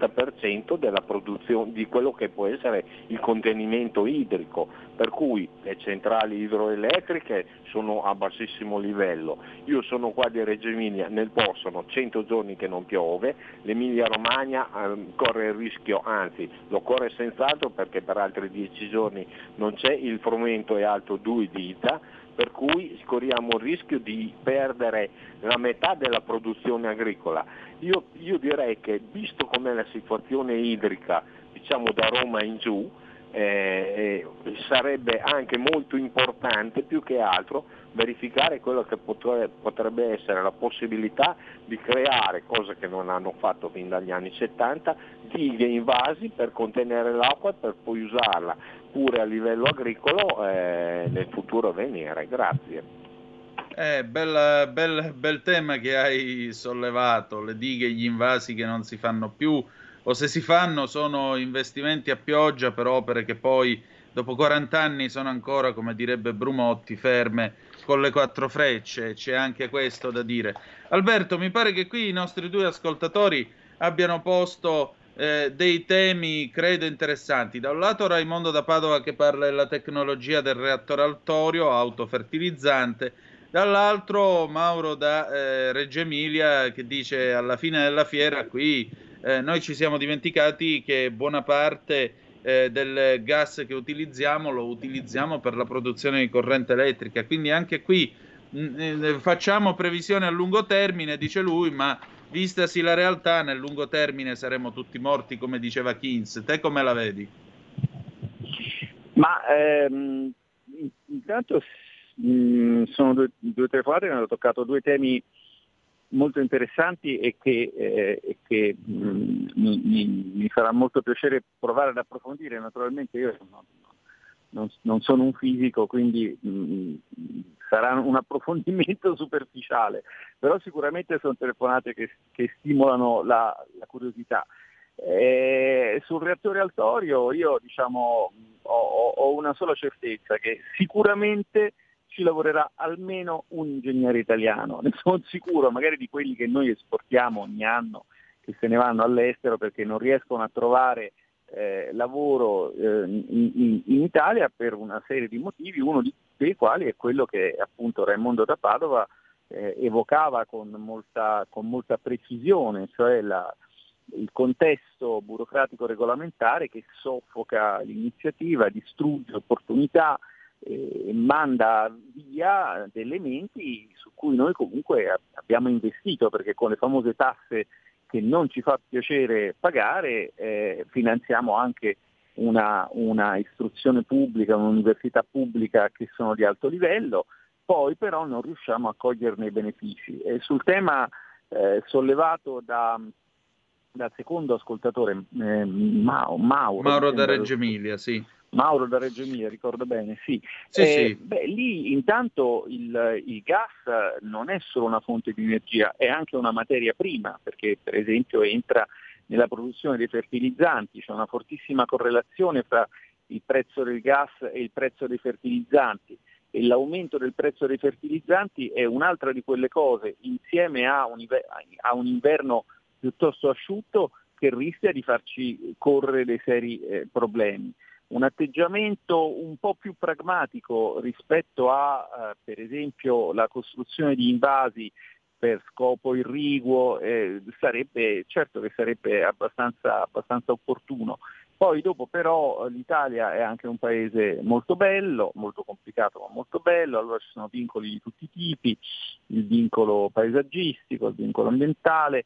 50% della produzione di quello che può essere il contenimento idrico, per cui le centrali idroelettriche sono a bassissimo livello. Io sono qua di Reggio Emilia, nel Po sono 100 giorni che non piove, l'Emilia Romagna corre il rischio, anzi lo corre senz'altro perché per altri 10 giorni non c'è, il frumento è alto 2 dita, per cui corriamo il rischio di perdere la metà della produzione agricola. Io direi che, visto com'è la situazione idrica, diciamo da Roma in giù, sarebbe anche molto importante più che altro verificare quello che potrebbe essere la possibilità di creare, cosa che non hanno fatto fin dagli anni 70, dighe invasi per contenere l'acqua e per poi usarla pure a livello agricolo nel futuro a venire. Grazie. Bel tema che hai sollevato, le dighe, gli invasi che non si fanno più, o se si fanno sono investimenti a pioggia per opere che poi dopo 40 anni sono ancora, come direbbe Brumotti, ferme con le 4 frecce. C'è anche questo da dire. Alberto, mi pare che qui i nostri 2 ascoltatori abbiano posto dei temi credo interessanti. Da un lato Raimondo da Padova che parla della tecnologia del reattore al torio autofertilizzante, dall'altro Mauro da Reggio Emilia che dice alla fine della fiera qui noi ci siamo dimenticati che buona parte del gas che utilizziamo lo utilizziamo per la produzione di corrente elettrica, quindi anche qui facciamo previsioni a lungo termine, dice lui, ma vistasi la realtà, nel lungo termine saremo tutti morti, come diceva Keynes. Te come la vedi? Ma intanto sono due telefonate che hanno toccato due temi molto interessanti e che mi farà molto piacere provare ad approfondire. Naturalmente io non sono un fisico, quindi sarà un approfondimento superficiale, però sicuramente sono telefonate che stimolano la curiosità. Sul reattore al torio io ho una sola certezza, che sicuramente ci lavorerà almeno un ingegnere italiano, ne sono sicuro, magari di quelli che noi esportiamo ogni anno, che se ne vanno all'estero perché non riescono a trovare lavoro in Italia per una serie di motivi, uno dei quali è quello che appunto Raimondo da Padova evocava con molta precisione, cioè il contesto burocratico regolamentare che soffoca l'iniziativa, distrugge opportunità, manda via delle elementi su cui noi comunque abbiamo investito, perché con le famose tasse che non ci fa piacere pagare finanziamo anche una istruzione pubblica, un'università pubblica che sono di alto livello, poi però non riusciamo a coglierne i benefici. E sul tema sollevato dal secondo ascoltatore, Mauro da Reggio Emilia, sì. Mauro da Reggio Emilia, ricordo bene, sì. Sì. Lì intanto il gas non è solo una fonte di energia, è anche una materia prima, perché per esempio entra nella produzione dei fertilizzanti, c'è una fortissima correlazione fra il prezzo del gas e il prezzo dei fertilizzanti, e l'aumento del prezzo dei fertilizzanti è un'altra di quelle cose, insieme a un inverno piuttosto asciutto, che rischia di farci correre dei seri problemi. Un atteggiamento un po' più pragmatico rispetto a, per esempio, la costruzione di invasi per scopo irriguo sarebbe abbastanza opportuno. Poi dopo però l'Italia è anche un paese molto bello, molto complicato ma molto bello, allora ci sono vincoli di tutti i tipi, il vincolo paesaggistico, il vincolo ambientale,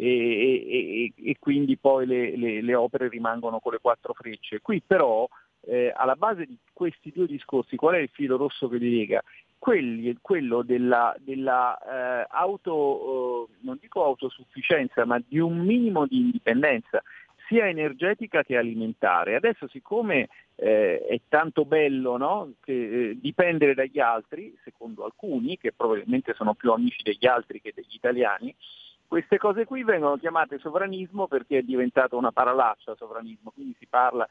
e quindi poi le opere rimangono con le quattro frecce. Qui però alla base di questi due discorsi qual è il filo rosso che li lega? Quello della non dico autosufficienza, ma di un minimo di indipendenza sia energetica che alimentare. Adesso siccome è tanto bello, no? Che dipendere dagli altri, secondo alcuni, che probabilmente sono più amici degli altri che degli italiani, queste cose qui vengono chiamate sovranismo perché è diventata una parolaccia sovranismo, quindi si parla,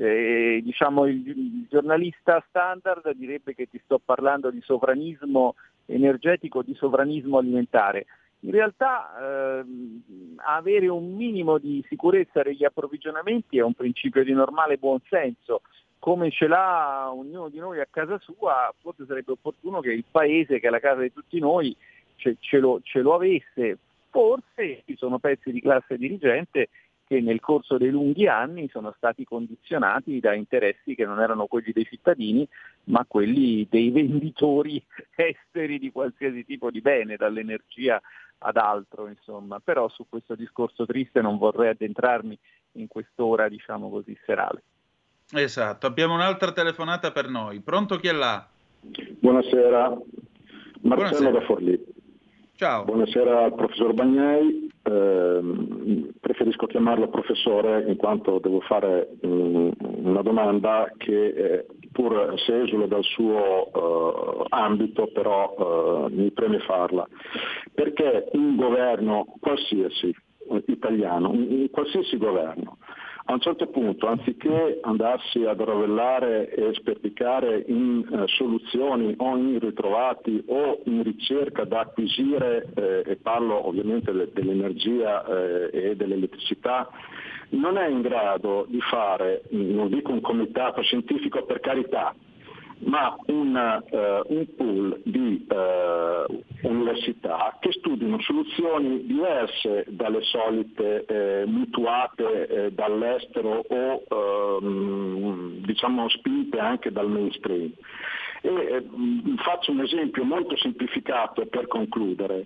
il giornalista standard direbbe che ti sto parlando di sovranismo energetico, di sovranismo alimentare. In realtà avere un minimo di sicurezza degli approvvigionamenti è un principio di normale buonsenso. Come ce l'ha ognuno di noi a casa sua, forse sarebbe opportuno che il paese, che è la casa di tutti noi, ce lo avesse. Forse ci sono pezzi di classe dirigente che nel corso dei lunghi anni sono stati condizionati da interessi che non erano quelli dei cittadini, ma quelli dei venditori esteri di qualsiasi tipo di bene, dall'energia ad altro, insomma. Però su questo discorso triste non vorrei addentrarmi in quest'ora, diciamo così, serale. Esatto, abbiamo un'altra telefonata per noi. Pronto, chi è là? Buonasera, Marcello Buonasera. da Forlì. Ciao. Buonasera al professor Bagnai, preferisco chiamarlo professore in quanto devo fare una domanda che pur se esula dal suo ambito, però mi preme farla. Perché un governo qualsiasi italiano, un qualsiasi governo, a un certo punto, anziché andarsi ad arrovellare e sperticare in soluzioni o in ritrovati o in ricerca da acquisire, e parlo ovviamente dell'energia e dell'elettricità, non è in grado di fare, non dico un comitato scientifico per carità, ma un pool di università che studino soluzioni diverse dalle solite mutuate dall'estero o diciamo spinte anche dal mainstream. E faccio un esempio molto semplificato per concludere.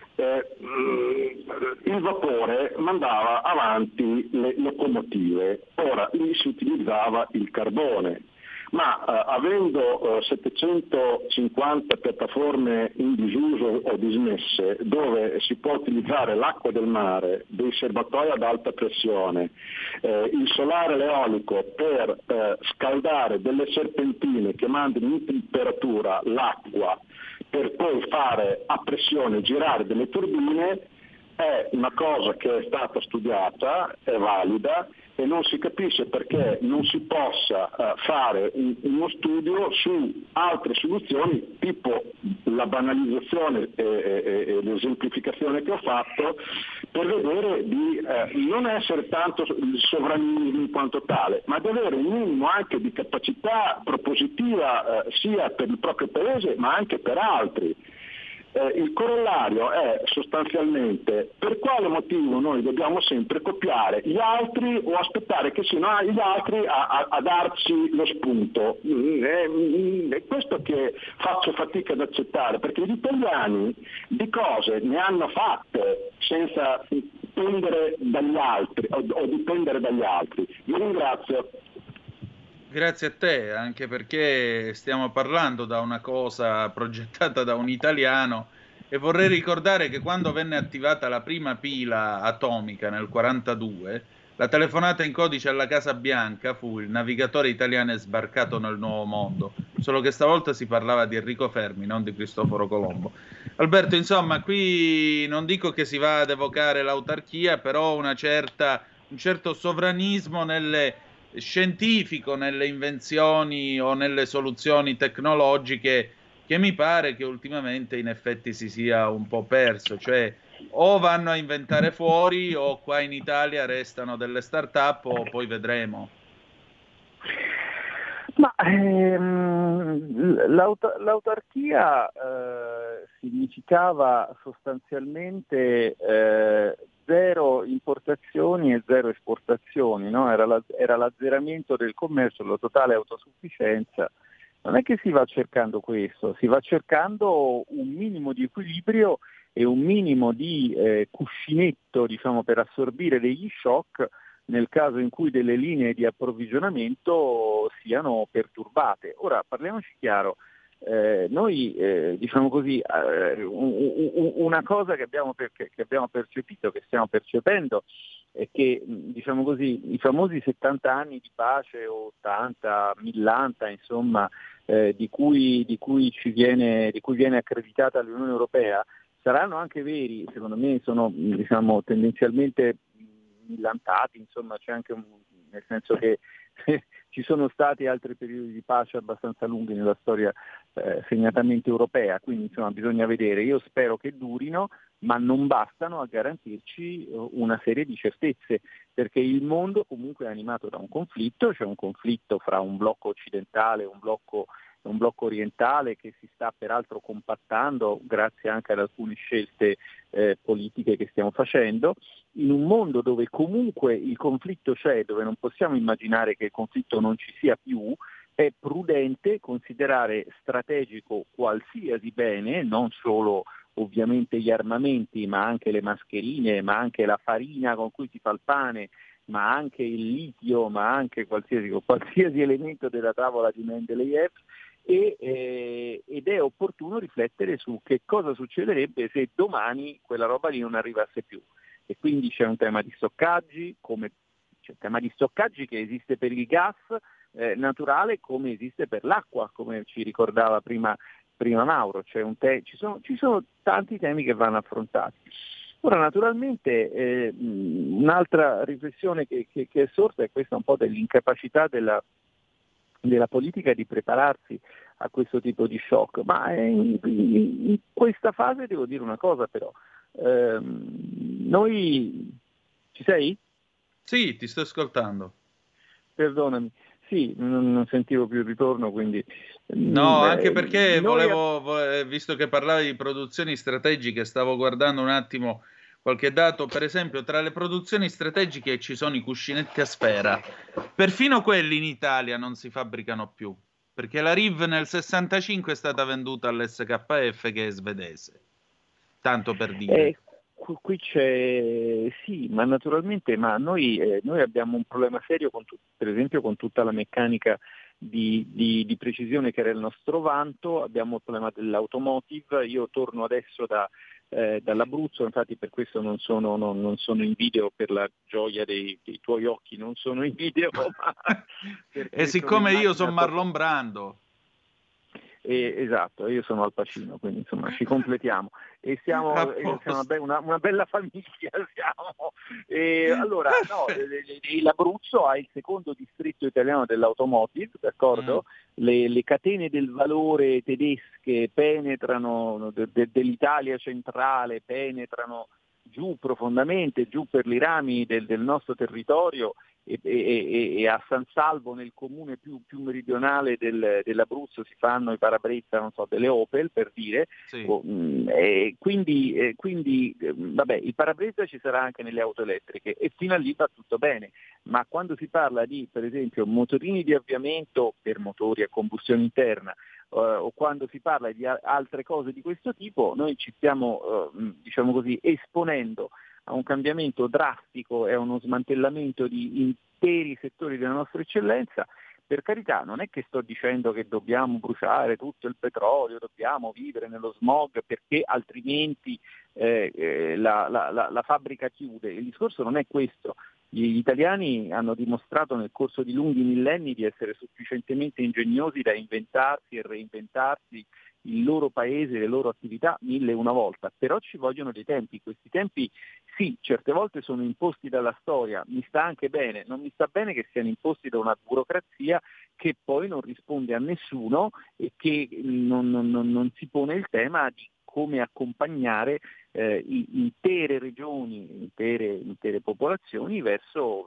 Il vapore mandava avanti le locomotive, ora lì si utilizzava il carbone, ma avendo 750 piattaforme in disuso o dismesse, dove si può utilizzare l'acqua del mare, dei serbatoi ad alta pressione, il solare, l'eolico per scaldare delle serpentine che mandano in temperatura l'acqua per poi fare a pressione girare delle turbine, è una cosa che è stata studiata, è valida, e non si capisce perché non si possa fare uno studio su altre soluzioni, tipo la banalizzazione e l'esemplificazione che ho fatto, per vedere di non essere tanto il sovranismo in quanto tale, ma di avere un minimo anche di capacità propositiva sia per il proprio paese ma anche per altri. Il corollario è sostanzialmente per quale motivo noi dobbiamo sempre copiare gli altri o aspettare che siano gli altri a darci lo spunto. È questo che faccio fatica ad accettare, perché gli italiani di cose ne hanno fatte senza dipendere dagli altri o dipendere dagli altri. Vi ringrazio. Grazie a te, anche perché stiamo parlando da una cosa progettata da un italiano, e vorrei ricordare che quando venne attivata la prima pila atomica nel 1942, la telefonata in codice alla Casa Bianca fu: il navigatore italiano è sbarcato nel Nuovo Mondo, solo che stavolta si parlava di Enrico Fermi, non di Cristoforo Colombo. Alberto, insomma, qui non dico che si va ad evocare l'autarchia, però un certo sovranismo scientifico nelle invenzioni o nelle soluzioni tecnologiche, che mi pare che ultimamente in effetti si sia un po' perso, cioè o vanno a inventare fuori o qua in Italia restano delle start-up, o poi vedremo. Ma l'autarchia significava sostanzialmente zero importazioni e zero esportazioni, no? Era l'azzeramento del commercio, la totale autosufficienza. Non è che si va cercando questo, si va cercando un minimo di equilibrio e un minimo di cuscinetto, diciamo, per assorbire degli shock nel caso in cui delle linee di approvvigionamento siano perturbate. Ora, parliamoci chiaro, noi diciamo così, una cosa che abbiamo percepito, che stiamo percependo, è che, diciamo così, i famosi 70 anni di pace o 80, millanta, insomma, di cui viene accreditata l'Unione Europea, saranno anche veri, secondo me sono, diciamo, tendenzialmente millantati, insomma, c'è anche nel senso che ci sono stati altri periodi di pace abbastanza lunghi nella storia segnatamente europea, quindi insomma bisogna vedere. Io spero che durino, ma non bastano a garantirci una serie di certezze, perché il mondo comunque è animato da un conflitto, c'è un conflitto fra un blocco occidentale e un blocco orientale che si sta peraltro compattando grazie anche ad alcune scelte politiche che stiamo facendo, in un mondo dove comunque il conflitto c'è, dove non possiamo immaginare che il conflitto non ci sia più. È prudente considerare strategico qualsiasi bene, non solo ovviamente gli armamenti, ma anche le mascherine, ma anche la farina con cui si fa il pane, ma anche il litio, ma anche qualsiasi elemento della tavola di Mendeleev, ed è opportuno riflettere su che cosa succederebbe se domani quella roba lì non arrivasse più. E quindi c'è un tema di stoccaggi, c'è un tema di stoccaggi che esiste per il gas naturale come esiste per l'acqua, come ci ricordava prima Mauro. Ci sono tanti temi che vanno affrontati. Ora, naturalmente, un'altra riflessione che è sorta è questa un po' dell'incapacità della politica di prepararsi a questo tipo di shock, ma in questa fase devo dire una cosa però, noi... Ci sei? Sì, ti sto ascoltando. Perdonami, sì, non sentivo più il ritorno, quindi... No, anche perché visto che parlavi di produzioni strategiche, stavo guardando un attimo qualche dato. Per esempio, tra le produzioni strategiche ci sono i cuscinetti a sfera. Perfino quelli in Italia non si fabbricano più. perché la Riv nel 65 è stata venduta all'SKF che è svedese, tanto per dire. Qui c'è, sì, ma naturalmente, ma noi abbiamo un problema serio per esempio con tutta la meccanica di precisione che era il nostro vanto, abbiamo il problema dell'automotive. Io torno adesso dall'Abruzzo, infatti per questo non sono in video, per la gioia dei tuoi occhi non sono in video. E siccome io sono Marlon Brando. Esatto, io sono Al Pacino, quindi insomma ci completiamo e siamo una bella famiglia. Allora, no, l'Abruzzo ha il secondo distretto italiano dell'automotive, d'accordo? Le catene del valore tedesche penetrano dell'Italia centrale, penetrano giù profondamente, giù per i rami del nostro territorio, e a San Salvo, nel comune più meridionale dell'Abruzzo, si fanno i parabrezza, non so, delle Opel, per dire. Sì. Quindi vabbè, il parabrezza ci sarà anche nelle auto elettriche e fino a lì va tutto bene, ma quando si parla di, per esempio, motorini di avviamento per motori a combustione interna, o quando si parla di altre cose di questo tipo, noi ci stiamo diciamo così, esponendo a un cambiamento drastico e a uno smantellamento di interi settori della nostra eccellenza. Per carità, non è che sto dicendo che dobbiamo bruciare tutto il petrolio, dobbiamo vivere nello smog perché altrimenti la fabbrica chiude. Il discorso non è questo. Gli italiani hanno dimostrato nel corso di lunghi millenni di essere sufficientemente ingegnosi da inventarsi e reinventarsi il loro paese, le loro attività 1001 volta, però ci vogliono dei tempi. Questi tempi sì, certe volte sono imposti dalla storia, mi sta anche bene, non mi sta bene che siano imposti da una burocrazia che poi non risponde a nessuno e che non si pone il tema di come accompagnare intere regioni, intere popolazioni verso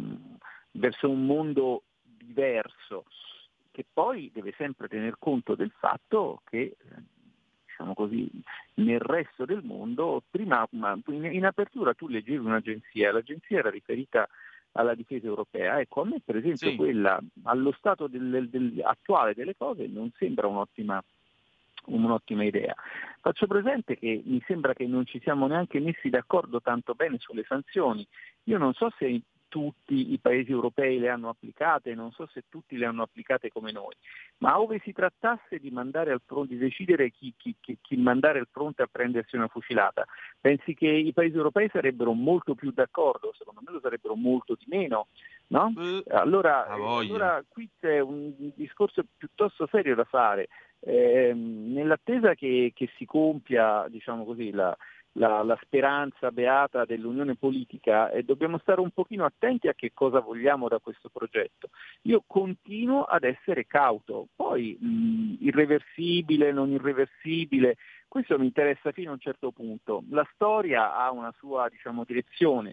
un mondo diverso, che poi deve sempre tener conto del fatto che, diciamo così, nel resto del mondo, prima in apertura tu leggevi l'agenzia era riferita alla difesa europea. Ecco, a me per esempio quella, allo stato attuale delle cose, non sembra un'ottima idea. Faccio presente che mi sembra che non ci siamo neanche messi d'accordo tanto bene sulle sanzioni. Io non so se tutti i paesi europei le hanno applicate, non so se tutti le hanno applicate come noi, ma ove si trattasse di mandare al fronte, di decidere chi mandare al fronte a prendersi una fucilata, pensi che i paesi europei sarebbero molto più d'accordo? Secondo me lo sarebbero molto di meno, no? Allora qui c'è un discorso piuttosto serio da fare. Nell'attesa che si compia, diciamo così, la speranza beata dell'unione politica, dobbiamo stare un pochino attenti a che cosa vogliamo da questo progetto. Io continuo ad essere cauto, poi irreversibile, non irreversibile, questo mi interessa fino a un certo punto. La storia ha una sua, diciamo, direzione,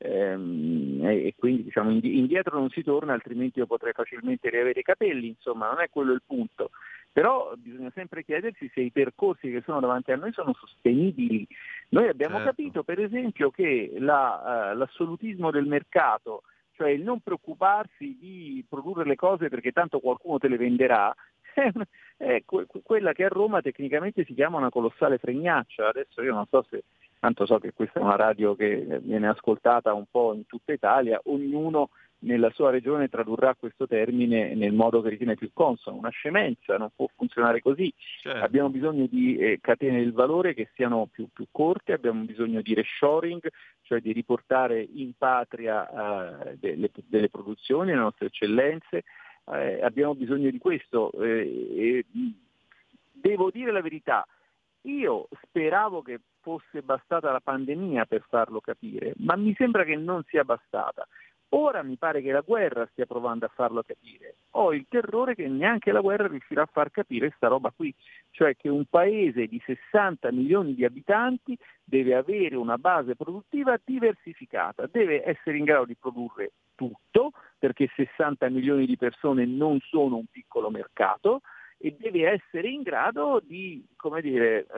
e quindi, diciamo, indietro non si torna, altrimenti io potrei facilmente riavere i capelli, insomma non è quello il punto. Però bisogna sempre chiedersi se i percorsi che sono davanti a noi sono sostenibili. Noi abbiamo capito, per esempio, che l'assolutismo del mercato, cioè il non preoccuparsi di produrre le cose perché tanto qualcuno te le venderà, è quella che a Roma tecnicamente si chiama una colossale fregnaccia. Adesso io non so se, tanto so che questa è una radio che viene ascoltata un po' in tutta Italia, ognuno nella sua regione tradurrà questo termine nel modo che ritiene più consono. Una scemenza, non può funzionare così. Certo. Abbiamo bisogno di catene del valore che siano più corte, abbiamo bisogno di reshoring, cioè di riportare in patria delle produzioni, le nostre eccellenze. Abbiamo bisogno di questo. Devo dire la verità, io speravo che fosse bastata la pandemia per farlo capire, ma mi sembra che non sia bastata. Ora mi pare che la guerra stia provando a farlo capire. Ho il terrore che neanche la guerra riuscirà a far capire sta roba qui, cioè che un paese di 60 milioni di abitanti deve avere una base produttiva diversificata, deve essere in grado di produrre tutto, perché 60 milioni di persone non sono un piccolo mercato, e deve essere in grado di, come dire,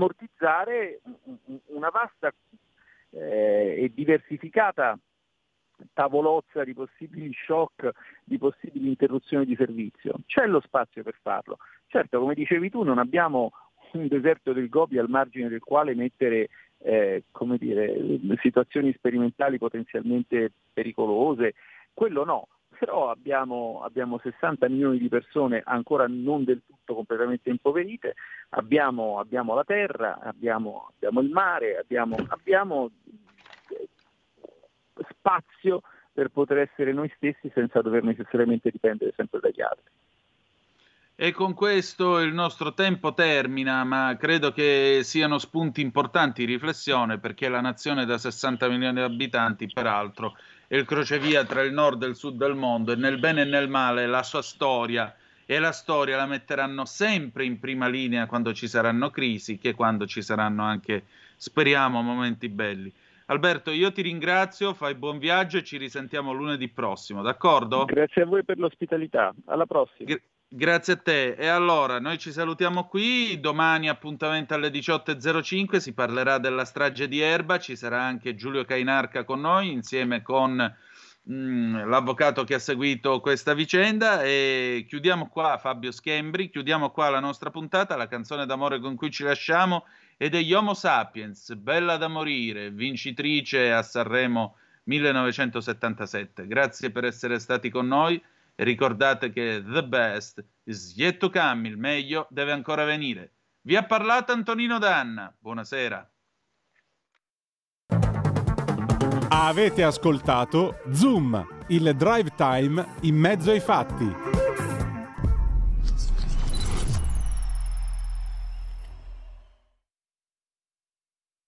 ammortizzare una vasta e diversificata tavolozza di possibili shock, di possibili interruzioni di servizio. C'è lo spazio per farlo. Certo, come dicevi tu, non abbiamo un deserto del Gobi al margine del quale mettere situazioni sperimentali potenzialmente pericolose, quello no, però abbiamo 60 milioni di persone ancora non del tutto completamente impoverite, abbiamo la terra, abbiamo il mare, abbiamo spazio per poter essere noi stessi senza dover necessariamente dipendere sempre dagli altri. E con questo il nostro tempo termina, ma credo che siano spunti importanti di riflessione, perché la nazione da 60 milioni di abitanti, peraltro, è il crocevia tra il nord e il sud del mondo, e nel bene e nel male la sua storia e la storia la metteranno sempre in prima linea quando ci saranno crisi, che quando ci saranno anche, speriamo, momenti belli. Alberto, io ti ringrazio, fai buon viaggio e ci risentiamo lunedì prossimo, d'accordo? Grazie a voi per l'ospitalità, alla prossima. Grazie a te. E allora, noi ci salutiamo qui, domani appuntamento alle 18.05, si parlerà della strage di Erba, ci sarà anche Giulio Cainarca con noi, insieme con l'avvocato che ha seguito questa vicenda, e chiudiamo qua, Fabio Schembri, chiudiamo qua la nostra puntata, la canzone d'amore con cui ci lasciamo è degli Homo Sapiens, Bella da morire, vincitrice a Sanremo 1977. Grazie per essere stati con noi. E ricordate che the best is yet to come, il meglio deve ancora venire. Vi ha parlato Antonino Danna, buonasera. Avete ascoltato Zoom, il drive time in mezzo ai fatti.